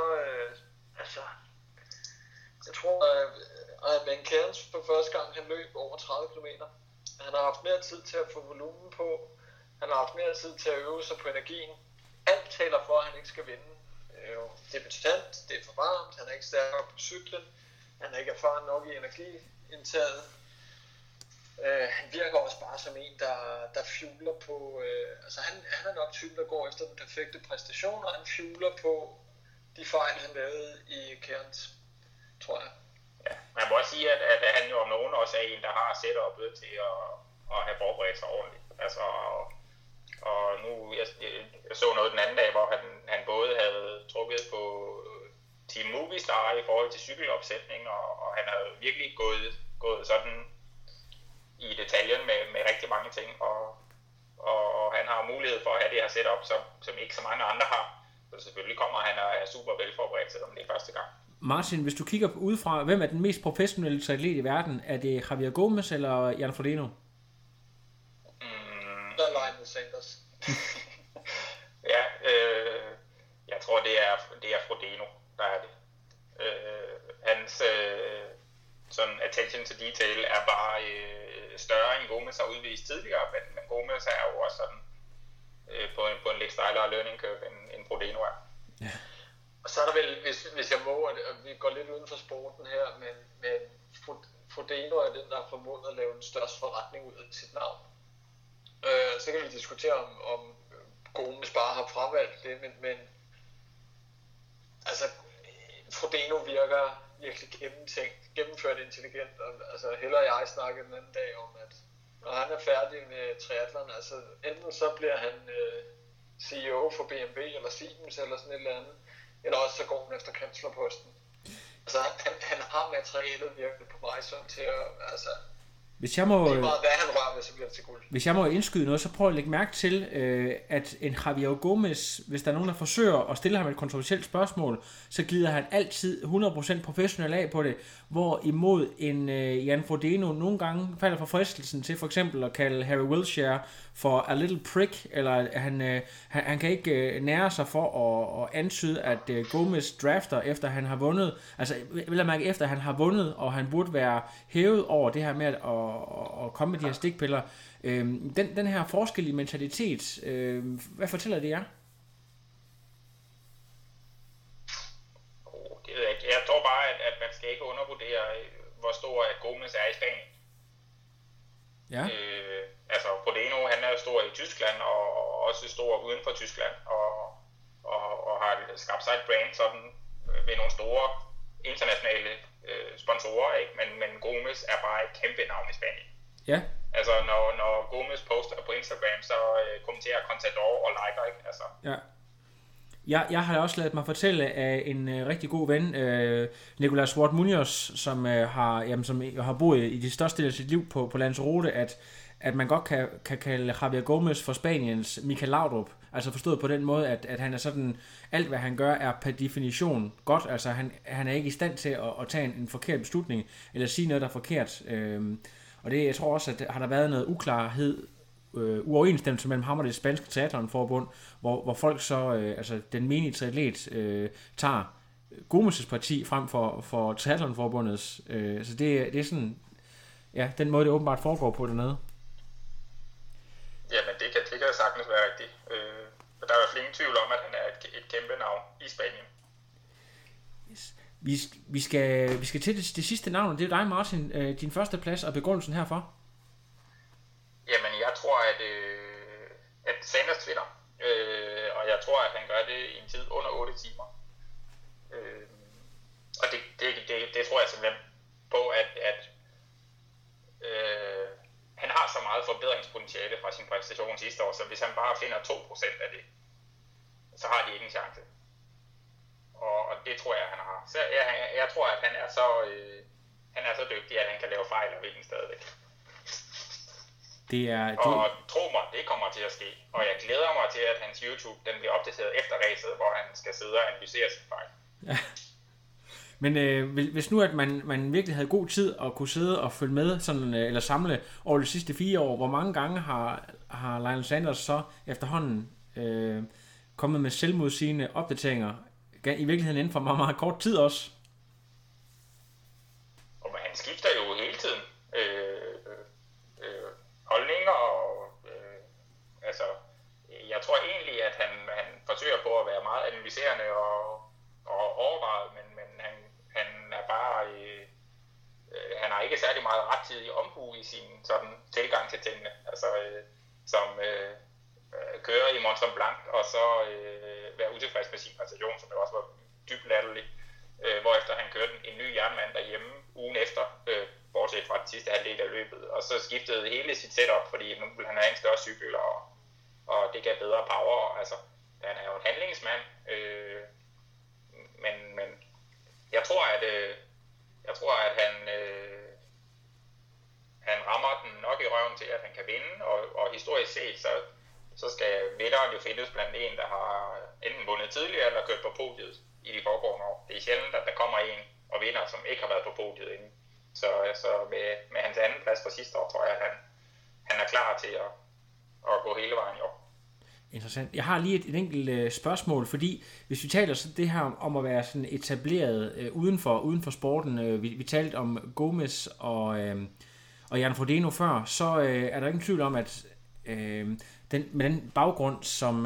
jeg tror, at Ironman Cairns for første gang, han løb over 30 km. Han har haft mere tid til at få volumen på. Han har haft mere tid til at øve sig på energien. Alt taler for, at han ikke skal vinde. Det er debutant, det er for varmt, han er ikke stærkere på cyklen. Han er ikke erfaren nok i energiindtaget. Han virker også bare som en, der fueler på... han er nok typen, der går efter den perfekte præstation, og han fueler på de fejl, han lavede i Cairns, tror jeg. Ja, man må også sige, at han jo om nogen også er en, der har setup'et til at have forberedt sig ordentligt. Altså, og nu, jeg så noget den anden dag, hvor han både havde trukket på Team Movistar i forhold til cykelopsætning, og han havde virkelig gået sådan i detaljen med rigtig mange ting, og han har mulighed for at have det her setup, som ikke så mange andre har. Så selvfølgelig kommer han og er super velforberedt, selvom det er første gang. Martin, hvis du kigger udefra, hvem er den mest professionelle triatlet i verden? Er det Javier Gomez eller Jan Frodeno? Der er Lionel Sanders. Ja, jeg tror det er Frodeno, der er det. Hans sådan attention to detail er bare større end Gomez har udvist tidligere, men Gomez er jo også sådan på en lidt stejlere learning curve end Frodeno er. Ja. Og så er der vel, hvis jeg må, at vi går lidt uden for sporten her, men Frodeno er den, der har formået at lave den største forretning ud af sit navn. Så kan vi diskutere, om Gomez bare har fravalgt det, men altså, Frodeno virker virkelig gennemført intelligent, og altså Helle og jeg snakkede den anden dag om, at når han er færdig med triathlon, altså enten så bliver han CEO for BMW eller Siemens eller sådan et eller andet, eller også så går han efter kanslerposten. Altså han har materialet virkelig på vej sådan til at, altså hvis jeg må, det er meget, hvad han rører ved, så bliver det til guld. Hvis jeg må indskyde noget, så prøv at lægge mærke til, at en Javier Gomez, hvis der er nogen, der forsøger at stille ham et kontroversielt spørgsmål, så glider han altid 100% professionel af på det, hvorimod en Jan Frodeno nogle gange falder for fristelsen til for eksempel at kalde Harry Wiltshire for a little prick, eller han kan ikke nære sig for at antyde, at Gomez drafter efter han har vundet, altså vil jeg mærke efter han har vundet, og han burde være hævet over det her med at komme med de her stikpiller. Den her forskel i mentalitet, hvad fortæller det jer? Det ved jeg ikke. Jeg tror bare, at man skal ikke undervurdere, hvor stor Gomez er i Spanien. Ja. Altså, Frodeno, han er stor i Tyskland, og også stor uden for Tyskland, og har skabt sig et brand sådan med nogle store internationale sponsorer, ikke? Men Gomez er bare et kæmpe navn i Spanien. Ja. Altså, når Gomez poster på Instagram, så kommenterer Contador og liker, ikke? Altså. Ja. Jeg har også ladet mig fortælle af en rigtig god ven, Nicolas Ward Munoz, som har boet i de største del af sit liv på Lanzarote, at man godt kan kalde Javier Gomez for Spaniens Michael Laudrup. Altså forstået på den måde, at han er sådan, alt hvad han gør er per definition godt. Altså han er ikke i stand til at tage en forkert beslutning, eller sige noget, der er forkert. Og det, jeg tror også, at har der været noget uklarhed, uoverensstemmelse mellem ham og det spanske triathlonforbund, hvor folk så, altså den menige triatlet, tager Gomez' parti frem for triathlonforbundets. Så det er sådan, ja, den måde det åbenbart foregår på dernede. Jamen det kan sagtens være rigtigt. Der er i hvert fald ingen tvivl om, at han er et kæmpe navn i Spanien. Yes. Vi skal til det sidste navn, og det er dig, Martin. Din første plads og begrundelsen herfor? Jamen, jeg tror, at Sanders vinder. Og jeg tror, at han gør det i en tid under 8 timer. Og det tror jeg simpelthen på, at han har så meget forbedringspotentiale fra sin præstation sidste år, så hvis han bare finder 2% af det, så har de ikke en chance. Og det tror jeg, han har. Så jeg tror, at han er så dygtig, at han kan lave fejl og vinde stadigvæk. Og tro mig, det kommer til at ske. Og jeg glæder mig til, at hans YouTube den bliver opdateret efter racet, hvor han skal sidde og analysere sin fejl. Ja. Men hvis nu, at man virkelig havde god tid at kunne sidde og følge med, sådan, eller samle over de sidste 4 år, hvor mange gange har Lionel Sanders så efterhånden kommet med selvmodsigende opdateringer, i virkeligheden inden for meget, meget kort tid også? Og han skifter jo hele tiden holdninger, og altså, jeg tror egentlig, at han forsøger på at være meget analyserende og overvejet, men han er bare, han har ikke særlig meget rettidig omhu i sin sådan tilgang til tingene, altså som kører i Mont Blanc og så være utilfreds med sin præstation, som jo også var dybt latterlig, hvorefter han kørte en ny jernmand derhjemme ugen efter, bortset fra den sidste halvdel af løbet, og så skiftede hele sit setup, fordi nu ville han have en større cykel, og det gav bedre power, altså han er jo en handlingsmand, men jeg tror, at han rammer den nok i røven til, at han kan vinde, og historisk set, så skal vinderen jo findes blandt en, der har enten vundet tidligere, eller kørt på podiet i de foregående år. Det er sjældent, at der kommer en og vinder, som ikke har været på podiet inden. Så med hans anden plads fra sidste år, tror jeg, at han er klar til at gå hele vejen i år. Interessant. Jeg har lige et enkelt spørgsmål, fordi hvis vi taler så det her om at være sådan etableret uden for sporten, vi talte om Gomez og Jan Frodeno før, så er der ingen tvivl om, at med den baggrund,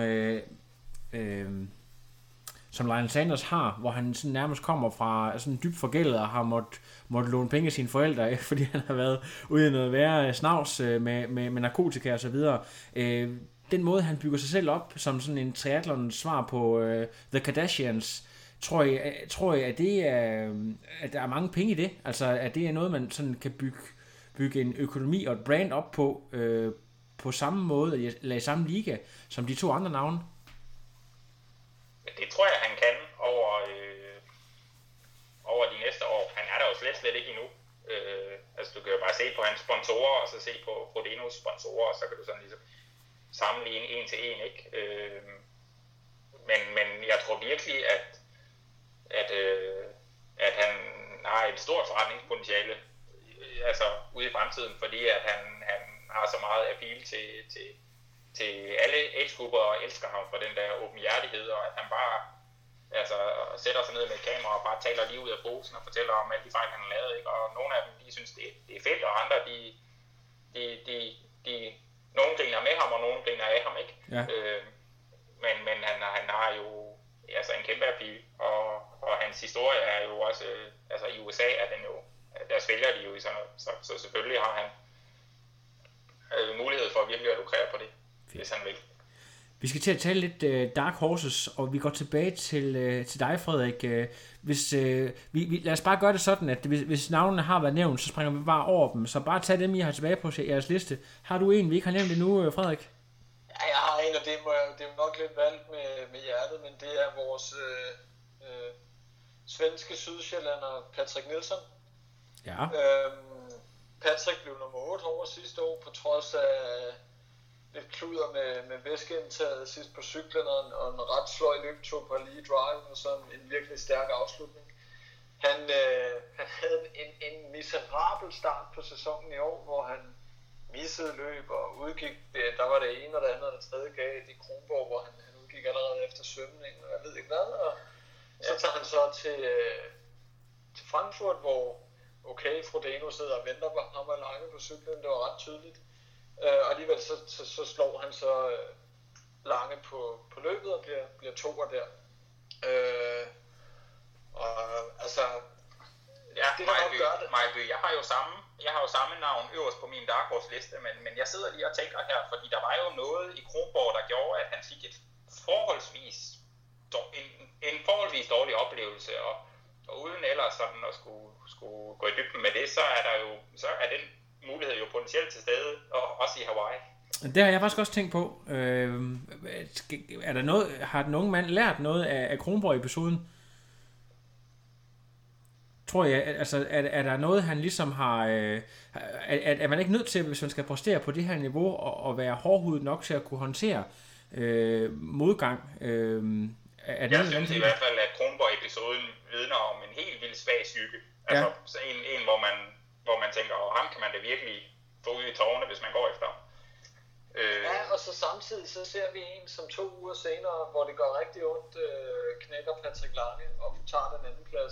som Lionel Sanders har, hvor han sådan nærmest kommer fra sådan dybt forgældet og har måtte låne penge af sine forældre, fordi han har været ude i noget værre snavs med narkotika og så videre. Den måde, han bygger sig selv op som sådan en triathlon svar på The Kardashians, tror jeg, at der er mange penge i det? Altså, at det er noget, man sådan kan bygge en økonomi og et brand op på samme måde, eller i samme liga, som de 2 andre navne? Det tror jeg, han kan over de næste år. Han er der jo slet ikke endnu. Altså, du kan jo bare se på hans sponsorer, og så se på Frodenos sponsorer, og så kan du sådan ligesom sammenligne en til en, ikke? Men jeg tror virkelig, at han har et stort forretningspotentiale altså ude i fremtiden, fordi at han har så meget appeal til alle age-grupper og elsker ham for den der åbenhjertighed, og at han bare sætter sig ned med et kamera og bare taler lige ud af posen og fortæller om alle de fejl, han har lavet, ikke? Og nogle af dem, de synes, det er fedt, og andre, nogen griner med ham, og nogen griner af ham, ikke? Ja. Men han har jo altså en kæmpe appeal, og hans historie er jo også, altså i USA er den jo, der svælger de jo i sådan noget, så selvfølgelig har han mulighed for at virkelig at lukrere på det, hvis han vil. Vi skal til at tale lidt Dark Horses, og vi går tilbage til dig, Frederik. Lad os bare gøre det sådan, at hvis navnene har været nævnt, så springer vi bare over dem. Så bare tag dem, I har tilbage på jeres liste. Har du en, vi ikke har nævnt endnu, Frederik? Ja, jeg har en, og det er nok lidt valgt med hjertet, men det er vores svenske sydsjællander Patrick Nilsson. Ja. Patrick blev nummer 8 over sidste år, på trods af lidt kluder med væskeindtaget sidst på cyklen og en ret sløj løbetur på lige drive og sådan en virkelig stærk afslutning. Han havde en miserabel start på sæsonen i år, hvor han missede løb og udgik, der var det ene og det andet og det tredje gav i Kronborg, hvor han udgik allerede efter svømningen og jeg ved ikke hvad, og så tager han så til Frankfurt, hvor Frodeno sidder og venter på ham og Lange på cyklen, det var ret tydeligt. Og alligevel så slår han så Lange på løbet og bliver toer der. Og altså, ja, det der nok gør det. Majby, jeg har jo samme navn øverst på min Dark Horse liste, men jeg sidder lige og tænker her, fordi der var jo noget i Kronborg, der gjorde, at han fik en forholdsvis dårlig oplevelse, og uden ellers sådan at skulle gå i dybden med det, så er den mulighed jo potentielt til stede, og også i Hawaii. Det har jeg faktisk også tænkt på. Er der noget, har den unge mand lært noget af Kronborg-episoden? tror jeg, altså er der noget, han ligesom har... Er man ikke nødt til, hvis man skal præstere på det her niveau, og være hårdhudet nok til at kunne håndtere modgang? Jeg synes i hvert fald, at Kronborg-episoden vidner om en helt vildt svag psyke. Altså en hvor man tænker, ham kan man da virkelig få ud i tårne, hvis man går efter. Ja, og så samtidig så ser vi en som 2 uger senere, hvor det går rigtig ondt, knækker Patrick Lange og tager den anden plads.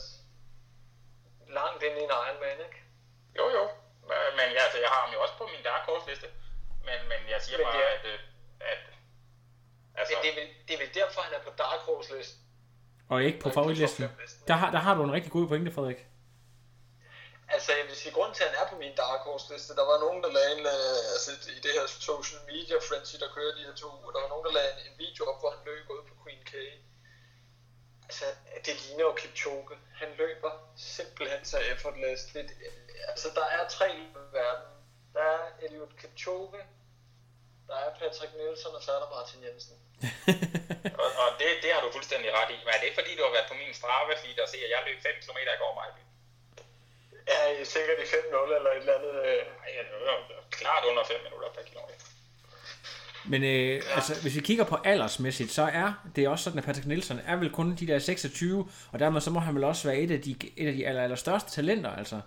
Langt ind i en Ironman, ikke? Jo. Men jeg har ham jo også på min Dark Horse-liste. Men jeg siger bare, at altså... Men det er vel derfor, han er på Dark Horse-listen. Og ikke på favoritlisten. Der har du en rigtig god pointe, Frederik. Altså, jeg vil sige, grunden til, at han er på min Dark Horse-liste, der var nogen, der lagde i det her social media frenzy, der kører de her 2 uger, der var nogen, der lagde en video op, hvor han løb ud på Queen K. Altså, det ligner jo Kipchoge. Han løber simpelthen så effortlessligt. Altså, der er 3 i verden. Der er Eliud Kipchoge, der er Patrick Nielsen, og så er der Martin Jensen. og det har du fuldstændig ret i. Men er det fordi, du har været på min Strava-feed og se, at jeg løb 5 km i går, Majby? Ja, sikkert i 5-0 eller et eller andet. Klart under 5 minutter per kilometer. Men altså, hvis vi kigger på aldersmæssigt, så er det også sådan, at Patrick Nielsen er vel kun de der 26, og dermed så må han vel også være et af de allerstørste talenter, altså.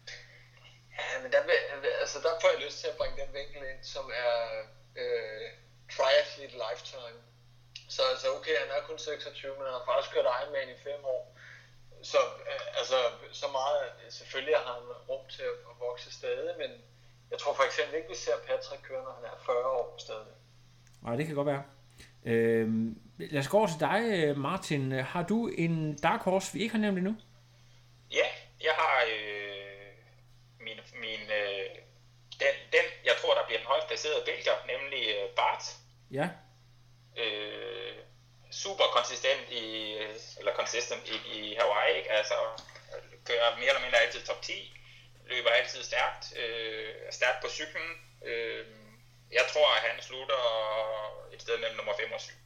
Ja, men der får jeg lyst til at bringe den vinkel ind, som er triathlete lifetime. Så altså, okay, han er kun 26, men han har faktisk kørt Ironman i 5 år. Så så meget, selvfølgelig har han rum til at vokse stadig, men jeg tror for eksempel ikke, vi ser Patrick køre, når han er 40 år stadig. Nej, det kan godt være. Lad os gå over til dig, Martin. Har du en Dark Horse, vi ikke har nævnt endnu? Ja, jeg har den, jeg tror, der bliver den højst placerede belgier, nemlig Bart. Ja. Super consistent i Hawaii, ikke? Altså kører mere eller mindre altid top 10, løber altid stærkt, er stærkt på cyklen. Jeg tror, at han slutter et sted mellem nummer 5 og 7.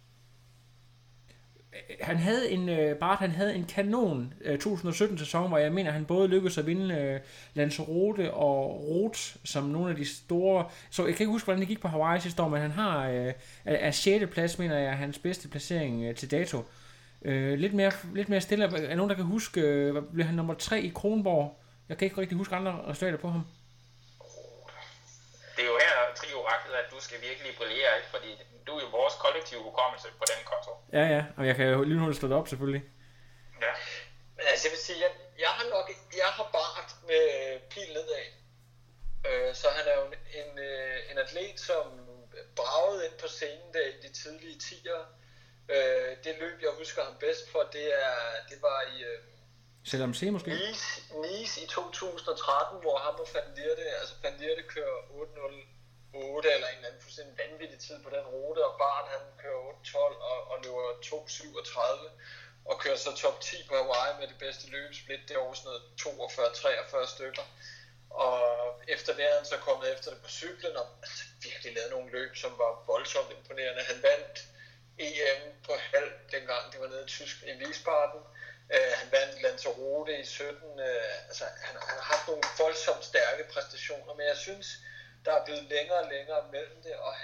Han havde en kanon 2017-sæson, hvor jeg mener, han både lykkedes at vinde Lanzarote og Roth som nogle af de store. Så jeg kan ikke huske, hvordan det gik på Hawaii sidste år, men han har af 6. plads, mener jeg, hans bedste placering til dato. Lidt mere stille. Er nogen, der kan huske, blev han nummer 3 i Kronborg? Jeg kan ikke rigtig huske andre resultater på ham. Det er jo her, Trio-raklet, at du skal virkelig brillere, ikke? Fordi du er jo vores kollektive hukommelse på den konto. Ja, og jeg kan jo lynhurtigt slå det op, selvfølgelig. Ja. Men altså, jeg vil sige, jeg har Bart med pil nedad. Så han er jo en atlet, som bragede ind på scenen der i de tidlige 10'ere. Det løb, jeg husker ham bedst for, det var i... Selvom se måske? Nice i 2013, hvor ham og Van Lierde kører 8.08 eller en eller anden fuldstændig vanvittig tid på den rute, og Bart han kører 8.12 og løber 2.37 og kører så top 10 på Hawaii med det bedste løbesplit. Det er over sådan noget 42-43 stykker. Og efter det er han så kommet efter det på cyklen og virkelig lavet nogle løb, som var voldsomt imponerende. Han vandt EM på halv dengang, det var nede i Tyskland i Wiesbaden. Han vandt Lanzarote i 17. Han har haft nogle voldsomt stærke præstationer, men jeg synes, der er blevet længere og længere mellem det, og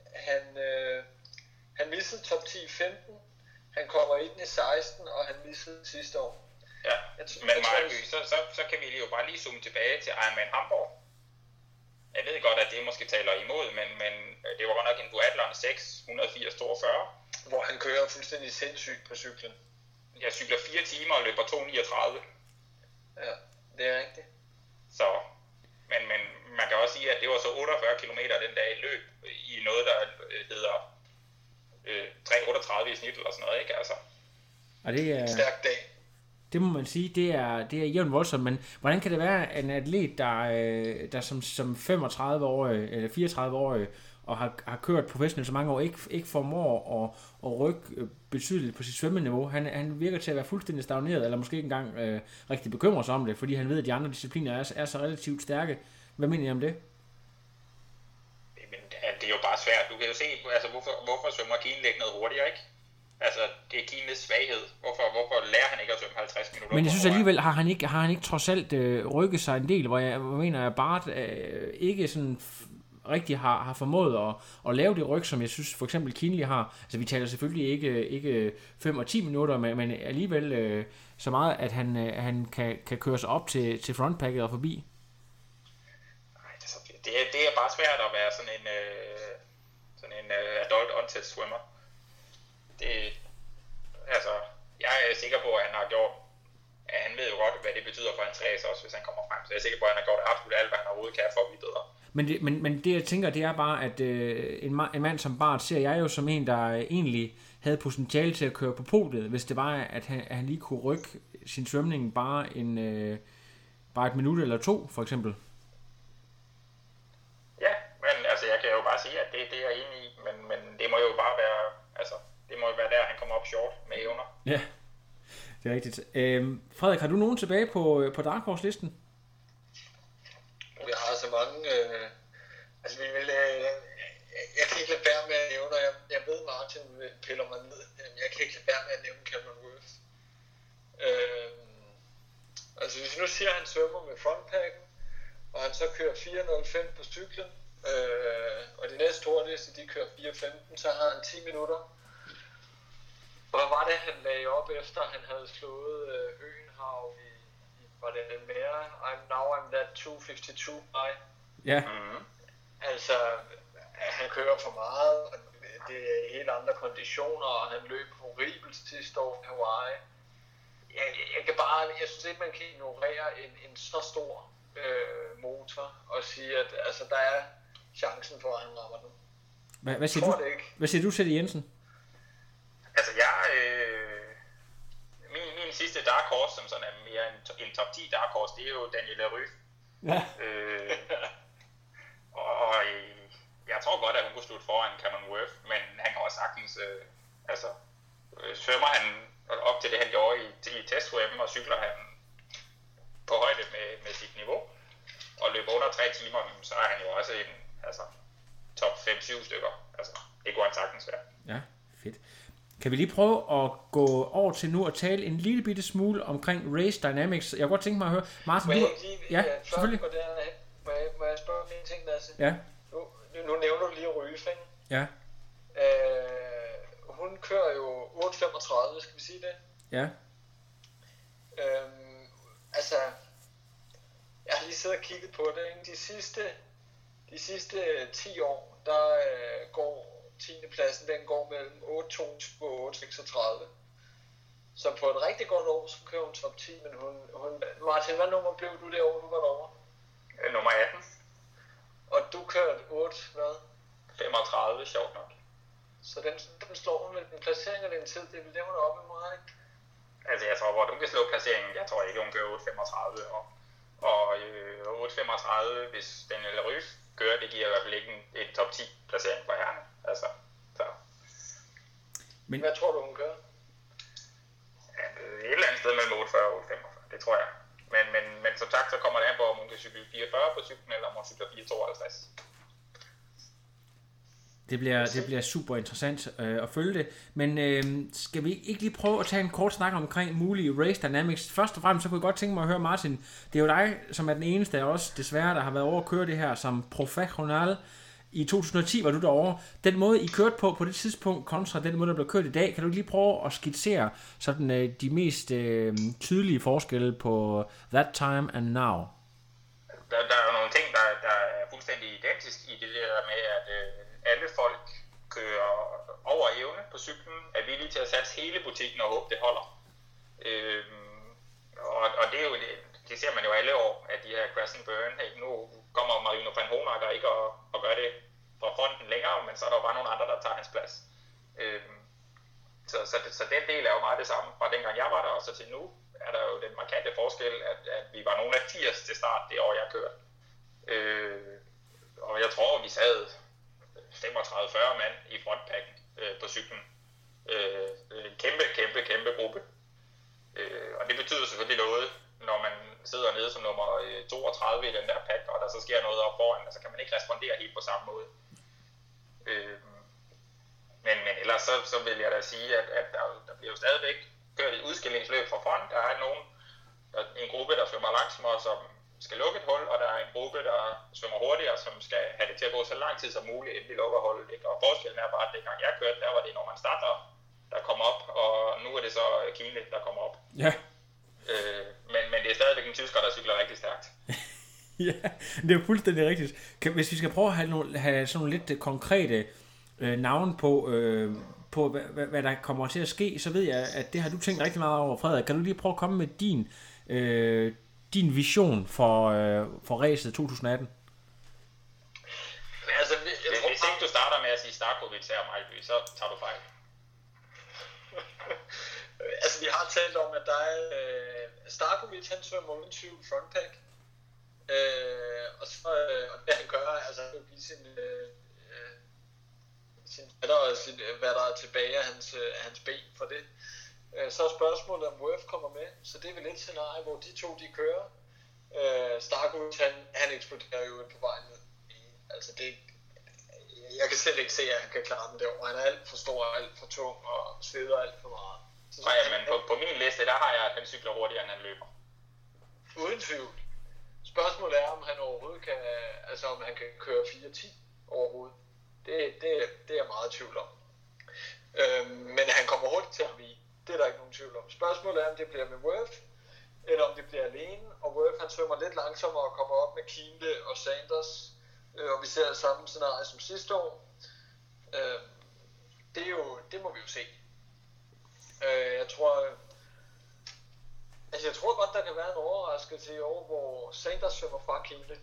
han missede top 10 i 15, han kommer ind i 16, og han missede sidste år. Ja, men Marby, så kan vi jo bare lige zoome tilbage til Ironman Hamburg. Jeg ved godt, at det måske taler imod, men det var godt nok en duatlon 6, 180-42. Hvor han kører fuldstændig sindssygt på cyklen. Jeg cykler 4 timer og løber 2.39. Ja, det er rigtigt. Så, men man kan også sige, at det var så 48 km den dag i løb i noget, der hedder 3.38 i snit eller sådan noget, ikke? Altså. Og det er en stærk dag. Det må man sige, det er jævnt voldsomt, men hvordan kan det være, en atlet, der som 35-årig eller 34-årig og har kørt professionelt så mange år, ikke formår at rykke betydeligt på sit svømmeniveau. Han virker til at være fuldstændig stagneret, eller måske ikke engang rigtig bekymret sig om det, fordi han ved, at de andre discipliner er så relativt stærke. Hvad mener I om det? Men det er jo bare svært. Du kan jo se, altså, hvorfor svømmer Kine ikke noget hurtigere, ikke? Altså, det er Kines svaghed. Hvorfor lærer han ikke at svømme 50 minutter Men jeg synes alligevel, har han ikke trods alt rykket sig en del, hvor jeg mener, at Bart ikke sådan rigtig har formået at lave det ryg, som jeg synes for eksempel Kienle har. Altså vi taler selvfølgelig ikke 5 og 10 minutter, men alligevel så meget, at han kan køre sig op til frontpacket og forbi. Det er bare svært at være sådan en adult on-test swimmer. Jeg er sikker på, at han har gjort, at han ved jo godt, hvad det betyder for hans race også, hvis han kommer frem. Så jeg er sikker på, at han har gjort absolut alt, hvad han overhovedet kan for at blive bedre. Men det jeg tænker, det er bare, at en mand som Bart ser jeg jo som en, der egentlig havde potentiale til at køre på podiet, hvis det var, at han lige kunne rykke sin svømning bare et minut eller 2, for eksempel. Ja, men altså jeg kan jo bare sige, at det er jeg enig i, men det må jo bare være, altså det må jo være der, han kommer op short med evner. Ja, det er rigtigt. Frederik, har du nogen tilbage på Dark Horse-listen? Vi har så mange, jeg kan ikke lade være med at nævne, jeg ved Martin piller mig ned, jeg kan ikke lade være med at nævne Cameron Wurf. Altså hvis vi nu siger, at han svømmer med frontpacken, og han så kører 4.05 på cyklen, og de næste hurtigste, de kører 4.15, så har han 10 minutter. Hvad var det, han lagde op efter, han havde slået Høgenhav i var det mere? I'm that 252 by. Ja. Mm-hmm. Altså, han kører for meget, og det er helt andre konditioner, og han løb horribelt sidste år i Hawaii. Jeg synes ikke, man kan ignorere en så stor motor og sige, at altså, der er chancen for, at han rammer den. Hvad siger du, Sætte Jensen? Altså, min sidste dark horse, som sådan er mere en top 10 dark horse, det er jo Daniel Leroux. Ja. Og jeg tror godt, at hun kunne slutte foran Cameron Wurf, men han kan også sagtens, svømmer han op til det, han gjorde i testsvømmen, og cykler han på højde med sit niveau, og løber under 3 timer, så er han jo også en top 5-7 stykker. Altså, det kunne han sagtens være. Ja, fedt. Kan vi lige prøve at gå over til nu og tale en lille bitte smule omkring Race Dynamics? Jeg kunne godt tænke mig at høre, Martin, må selvfølgelig. Må jeg spørge en ting, Lasse? Ja. Nu nævner du lige Røf, ikke? Ja. Hun kører jo 8.35, skal vi sige det? Ja. Altså, jeg har lige siddet og kigget på det, ikke? De sidste 10 år, der går 10. pladsen, den går mellem 8.22 og 8.36. Så på et rigtig godt år, så kører hun top 10, men hun Martin, hvad nummer blev du det år, du var derovre? Nummer 18. Og du kørte 8, hvad? 35, sjovt nok. Så den slår hun med den placering af den tid, det er vel det, hun er oppe imod, ikke? Altså, jeg tror, hvor du kan slå placeringen, jeg tror ikke, hun kører 8.35, og 8.35, hvis Daniel Leroux kører, det giver i hvert fald ikke en top 10 placering for herrerne. Altså, så. Men hvad tror du, hun kører? Ja, et eller andet sted mellem 8.40 og 8.45, det tror jeg. Men som sagt, så kommer det an på, om hun kan cykle 44 på cyklen, eller om hun cykler 4.52. Det bliver super interessant at følge det. Men skal vi ikke lige prøve at tage en kort snak omkring mulige Race Dynamics? Først og fremmest så kunne jeg godt tænke mig at høre, Martin, det er jo dig, som er den eneste af os, desværre, der har været over at køre det her som professional. I 2010 var du derovre. Den måde, I kørte på det tidspunkt, kontra den måde, der blev kørt i dag, kan du lige prøve at skitsere sådan, de mest tydelige forskelle på that time and now? Der er jo nogle ting, der er fuldstændig identisk i det der med, at alle folk kører over evne på cyklen, er villige til at satse hele butikken og håbe, det holder. Og det er jo det ser man jo alle år, at de her crash and burn, hey, nu kommer Marino van Honacker ikke og gør det fra fronten længere, men så er der jo bare nogle andre, der tager hans plads. Så den del er jo meget det samme. Fra dengang jeg var der og så til nu, er der jo den markante forskel, at vi var nogle af 80 til start det år, jeg kørte. Og jeg tror, vi sad 35-40 mand i frontpakken på cyklen. En kæmpe gruppe. Og det betyder selvfølgelig noget, når man sidder nede som nummer 32 i den der pack, og der så sker noget op foran, så kan man ikke respondere helt på samme måde. Men ellers så vil jeg da sige, at der bliver jo stadigvæk kørt et udskillingsløb fra front. Der er nogen marksmår, som skal lukke et hul, og der er en gruppe, der svømmer hurtigere, som skal have det til at gå så lang tid som muligt, inden de lukker hullet. Ikke? Og forskellen er bare, at dengang jeg kørte, der var det, når man starter, der kommer op, og nu er det så Kienle, der kommer op. Ja. Men det er stadigvæk en tysker, der cykler rigtig stærkt. Ja, det er jo fuldstændig rigtigt. Hvis vi skal prøve at have sådan nogle lidt konkrete navne på hvad der kommer til at ske, så ved jeg, at det har du tænkt rigtig meget over, Frederik. Kan du lige prøve at komme med din vision for racet 2018? Altså, hvis ikke du starter med at sige Starkovic her, Mejlby, så tager du fejl. Altså, vi har talt om, at der er Starkovic, han svømmer uden tvivl frontpack. Og det han gør, altså han vil give sin fætter og hvad der er tilbage af hans ben for det. Så er spørgsmålet, om Worth kommer med, så det er vel et scenarie, hvor de to de kører. Starkovic, han eksploderer jo på vejen ned. Altså det, jeg kan slet ikke se, at han kan klare den derovre. Han er alt for stor, alt for tung og sveder alt for meget. Nej, men på min liste, der har jeg, at han cykler hurtigere, end han løber. Uden tvivl. Spørgsmålet er, om han overhovedet kan, altså om han kan køre 4.10 overhovedet. Det er jeg meget i tvivl om. Men han kommer hurtigt til at vige. Det er der ikke nogen tvivl om. Spørgsmålet er, om det bliver med Worth, eller om det bliver alene. Og Worth, han svømmer lidt langsommere og kommer op med Kienle og Sanders. Og vi ser samme scenarie som sidste år. Det må vi jo se. Jeg tror godt, der kan være en overraskelse i år, hvor Sanders svømmer fra Kienle.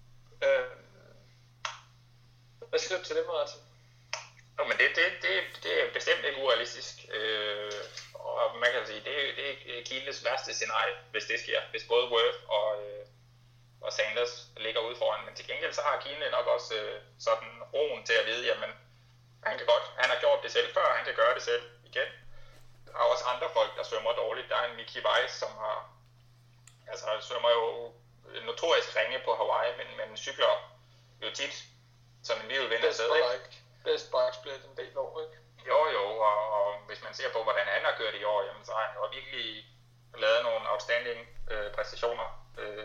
Hvad siger du til det, Martin? Jo, men det er bestemt ikke urealistisk. Og man kan sige, det er Kienles værste scenarie, hvis det sker. Hvis både Worth og Sanders ligger ude foran. Men til gengæld så har Kienle nok også sådan roen til at vide, jamen han kan godt, han har gjort det selv før, han kan gøre det selv igen. Der er også andre folk, der svømmer dårligt. Der er en Mickey Weiss, som svømmer jo notorisk ringe på Hawaii, men cykler jo tit som en vild vinder sted, ikke? Best bikes bliver en del år, ikke? Jo, og hvis man ser på, hvordan han har kørt i år, jamen, så har han jo virkelig lavet nogle outstanding præstationer.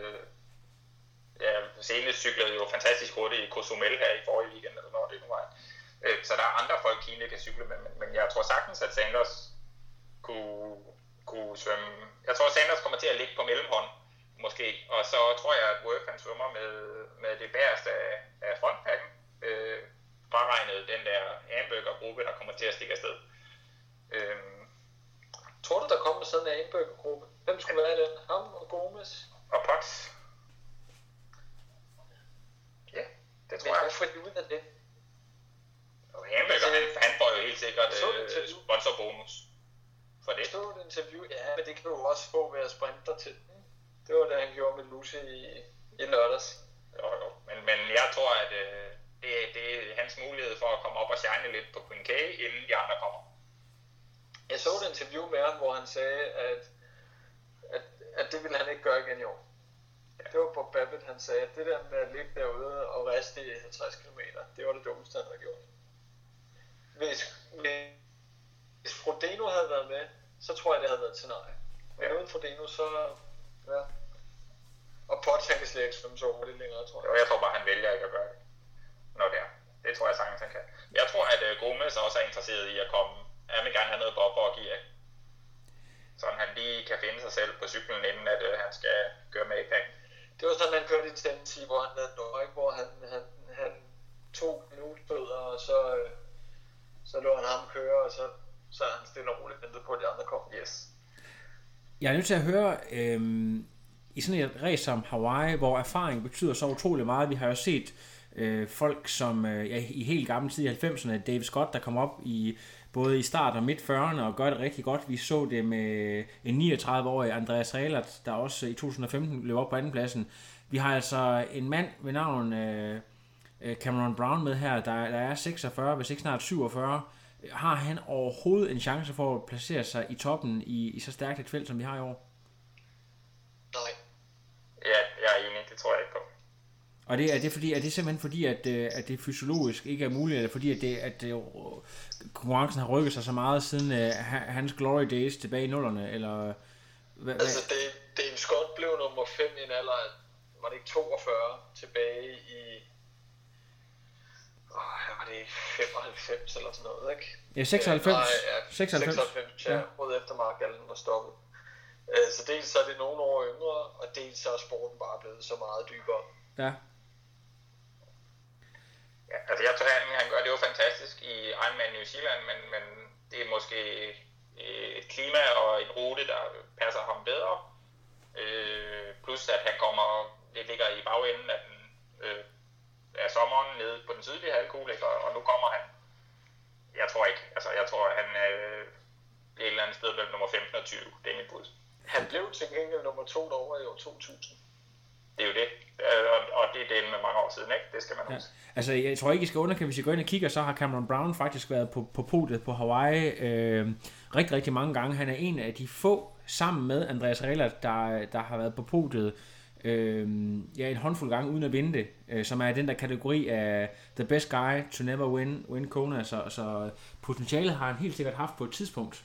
Senest cyklede jo fantastisk hurtigt i Cozumel her i forrige weekend, eller når det nu var. Så der er andre folk, Kienle kan cykle med, men jeg tror sagtens, at Sanders kunne svømme. Jeg tror, Sanders kommer til at ligge på mellemhånd, måske. Og så tror jeg, at Worth han svømmer med det bæreste af frontpakken. Fraregnet den der Amberger-gruppe, der kommer til at stikke afsted. Tror du, der kommer sådan en Amberger-gruppe? Hvem skulle være den? Ham og Gomez? Og Potts? Ja, det tror jeg. Hvad får de ud af det? Og Amberger, han får jo helt sikkert sponsorbonus for det. Jeg så et interview, ja, men det kan du også få ved at sprinte dig til den. Det var det, han gjorde med Lucy i lørdags. Jo. Men jeg tror, at det er hans mulighed for at komme op og shine lidt på Queen K, inden de andre kommer. Jeg så et interview med ham, hvor han sagde, at det ville han ikke gøre igen i år. Ja. Det var Bob Babbitt, han sagde, at det der med at ligge derude og riste i 50 km, det var det dummeste, han havde gjort. Hvis Frodeno havde været med, så tror jeg, det havde været et scenarie. Men uden Frodeno, så... Ja. Og Potts, han kan slet ikke svømme så hurtigt længere, tror jeg. Jo, jeg tror bare, han vælger ikke at gøre det. Når det er. Det tror jeg sagtens, han kan. Jeg tror, at Gomez også er interesseret i at komme. Han vil gerne have noget bobber og give. Sådan han lige kan finde sig selv på cyklen, inden at han skal gøre med i pakken. Det var sådan, han kørte i Tennessee, hvor han havde noget, hvor han tog minutbøder, og så lå han ham køre, og så er han stille og roligt ventet på, at de andre kom. Yes. Jeg er nødt til at høre, i sådan et race som Hawaii, hvor erfaring betyder så utrolig meget. Vi har jo set folk som i helt gamle tid i 90'erne, Dave Scott, der kom op både i start og midt 40'erne og gør det rigtig godt. Vi så det med en 39-årig Andreas Rehlert, der også i 2015 løb op på andenpladsen. Vi har altså en mand ved navn Cameron Brown med her, der er 46, hvis ikke snart 47. Har han overhovedet en chance for at placere sig i toppen i så stærkt et felt, som vi har i år? Nej. Ja, jeg er enig, det tror jeg ikke på. Og er det simpelthen fordi, at det fysiologisk ikke er muligt, eller fordi, at konkurrencen har rykket sig så meget siden hans glory days tilbage i nullerne, eller... Altså, det er Tim Scott blev nummer 5 i en alder af, var det ikke 42, tilbage i... var det 95 eller sådan noget, ikke? Ja, 96. 96, ja. Både efter Mark Allen var stoppet. Så dels så er det nogle år yngre, og dels så er sporten bare blevet så meget dybere. Ja. Ja, altså jeg tror, han gør det jo fantastisk i Ironman New Zealand, men det er måske et klima og en rute, der passer ham bedre. Plus at han det ligger i bagenden af sommeren nede på den sydlige halvkugle, og nu kommer han. Jeg tror han bliver et eller andet sted mellem nummer 15 og 20. Det er mit bud. Han blev til gengæld nummer 2 derovre i år 2000. Det er jo det, og det er det med mange år siden, ikke? Det skal man huske. Ja. Altså, jeg tror ikke, I skal underkende, hvis I går ind og kigger, så har Cameron Brown faktisk været på podiet på Hawaii rigtig, rigtig mange gange. Han er en af de få, sammen med Andreas Reilert, der har været på podiet en håndfuld gange uden at vinde det, som er den der kategori af the best guy to never win Kona, så potentialet har han helt sikkert haft på et tidspunkt.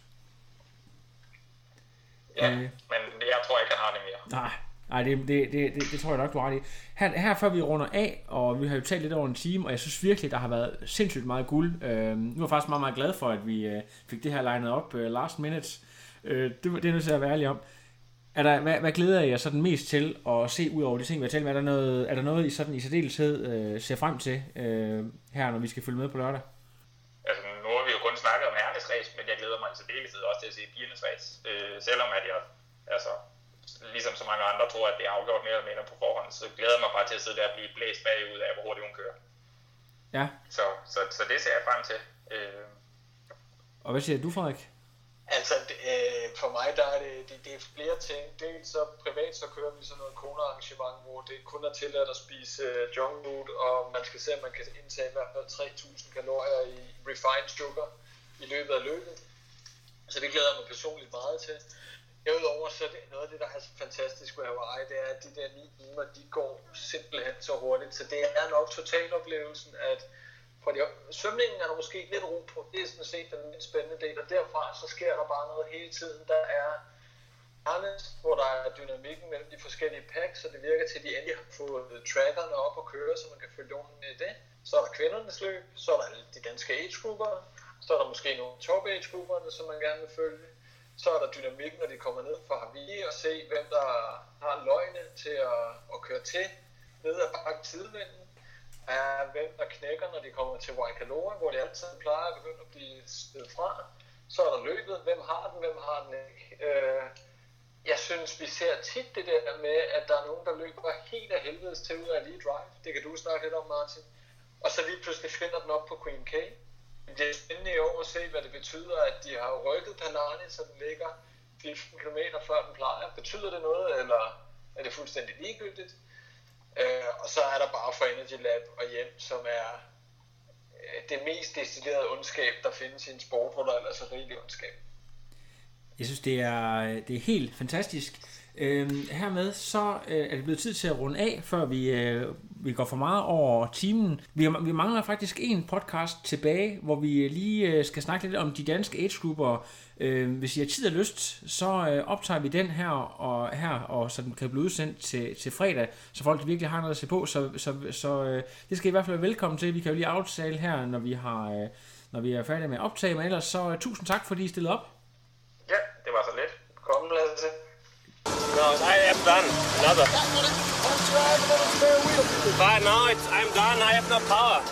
Ja, men jeg tror ikke, han har det mere. Nej, det tror jeg nok, du har ret i. Her før vi runder af, og vi har jo talt lidt over en time, og jeg synes virkelig, der har været sindssygt meget guld. Nu er jeg faktisk meget, meget glad for, at vi fik det her legnet op last minute. Det er nødt til at være ærlig om. Hvad glæder jeg sådan mest til at se ud over de ting, vi har talt med? Er der noget I sådan i særdeleshed ser frem til her, når vi skal følge med på lørdag? Altså, nu har vi jo kun snakket om herrenes race, men jeg glæder mig i særdeleshed også til at se pigernes race. Selvom at jeg, ligesom så mange andre tror, at det er afgjort mere eller mindre på forhånd, så glæder jeg mig bare til at sidde der og blive blæst bagud af, hvor hurtigt hun kører. Ja. Så det ser jeg frem til. Og hvad siger du, Frederik? Altså, for mig der er det er flere ting. Dels så privat, så kører vi sådan noget Kona-arrangement, hvor det kun er tilladt at spise junk food, og man skal se, at man kan indtage i hvert fald 3.000 kalorier i refined sugar i løbet af løbet. Så det glæder jeg mig personligt meget til. Herudover så er det noget af det, der er så fantastisk ved Hawaii, det er, at de der 9 timer, de går simpelthen så hurtigt. Så det er nok totaloplevelsen, at fordi svømningen er der måske lidt ro på, det er sådan set den mindst spændende del, og derfra så sker der bare noget hele tiden. Der er harness, hvor der er dynamikken mellem de forskellige packs, så det virker til, at de endelig har fået trackerne op og køre, så man kan følge ordentligt med det. Så er der kvindernes løb, så er der de danske age-grupper, så er der måske nogle top age-grupperne, som man gerne vil følge. Så er der dynamikken, når de kommer ned fra Hawaii, og se, hvem der har løgne til at køre til ned ad bakke tidvinden. Hvem der knækker, når de kommer til Waikoloa, hvor de altid plejer at begynde at blive stedet fra. Så er der løbet. Hvem har den, hvem har den ikke? Jeg synes, vi ser tit det der med, at der er nogen, der løber helt af helvedes til ud af lige drive. Det kan du snakke lidt om, Martin. Og så lige pludselig finder den op på Queen K. Det er spændende i år at se, hvad det betyder, at de har rykket Panani, så den ligger 15 km før den plejer. Betyder det noget, eller er det fuldstændig ligegyldigt? Og så er der bare for Energy Lab og hjem, som er det mest deciderede ondskab, der findes i en sport, hvor der ellers er rigelig ondskab. Jeg synes, det er helt fantastisk. Hermed så er det blevet tid til at runde af, før vi går for meget over timen. Vi mangler faktisk en podcast tilbage, hvor vi lige skal snakke lidt om de danske age-grupper. Hvis I har tid og lyst, så optager vi den her, og så den kan blive udsendt til fredag, så folk virkelig har noget at se på. Så det skal I hvert fald være velkommen til. Vi kan jo lige aftale her, når vi er færdige med at optage. Men ellers så tusind tak, fordi I stillede op. Ja, det var så lidt. Kom, Lasse. No, I am done. Another. But no, I'm done. I have no power.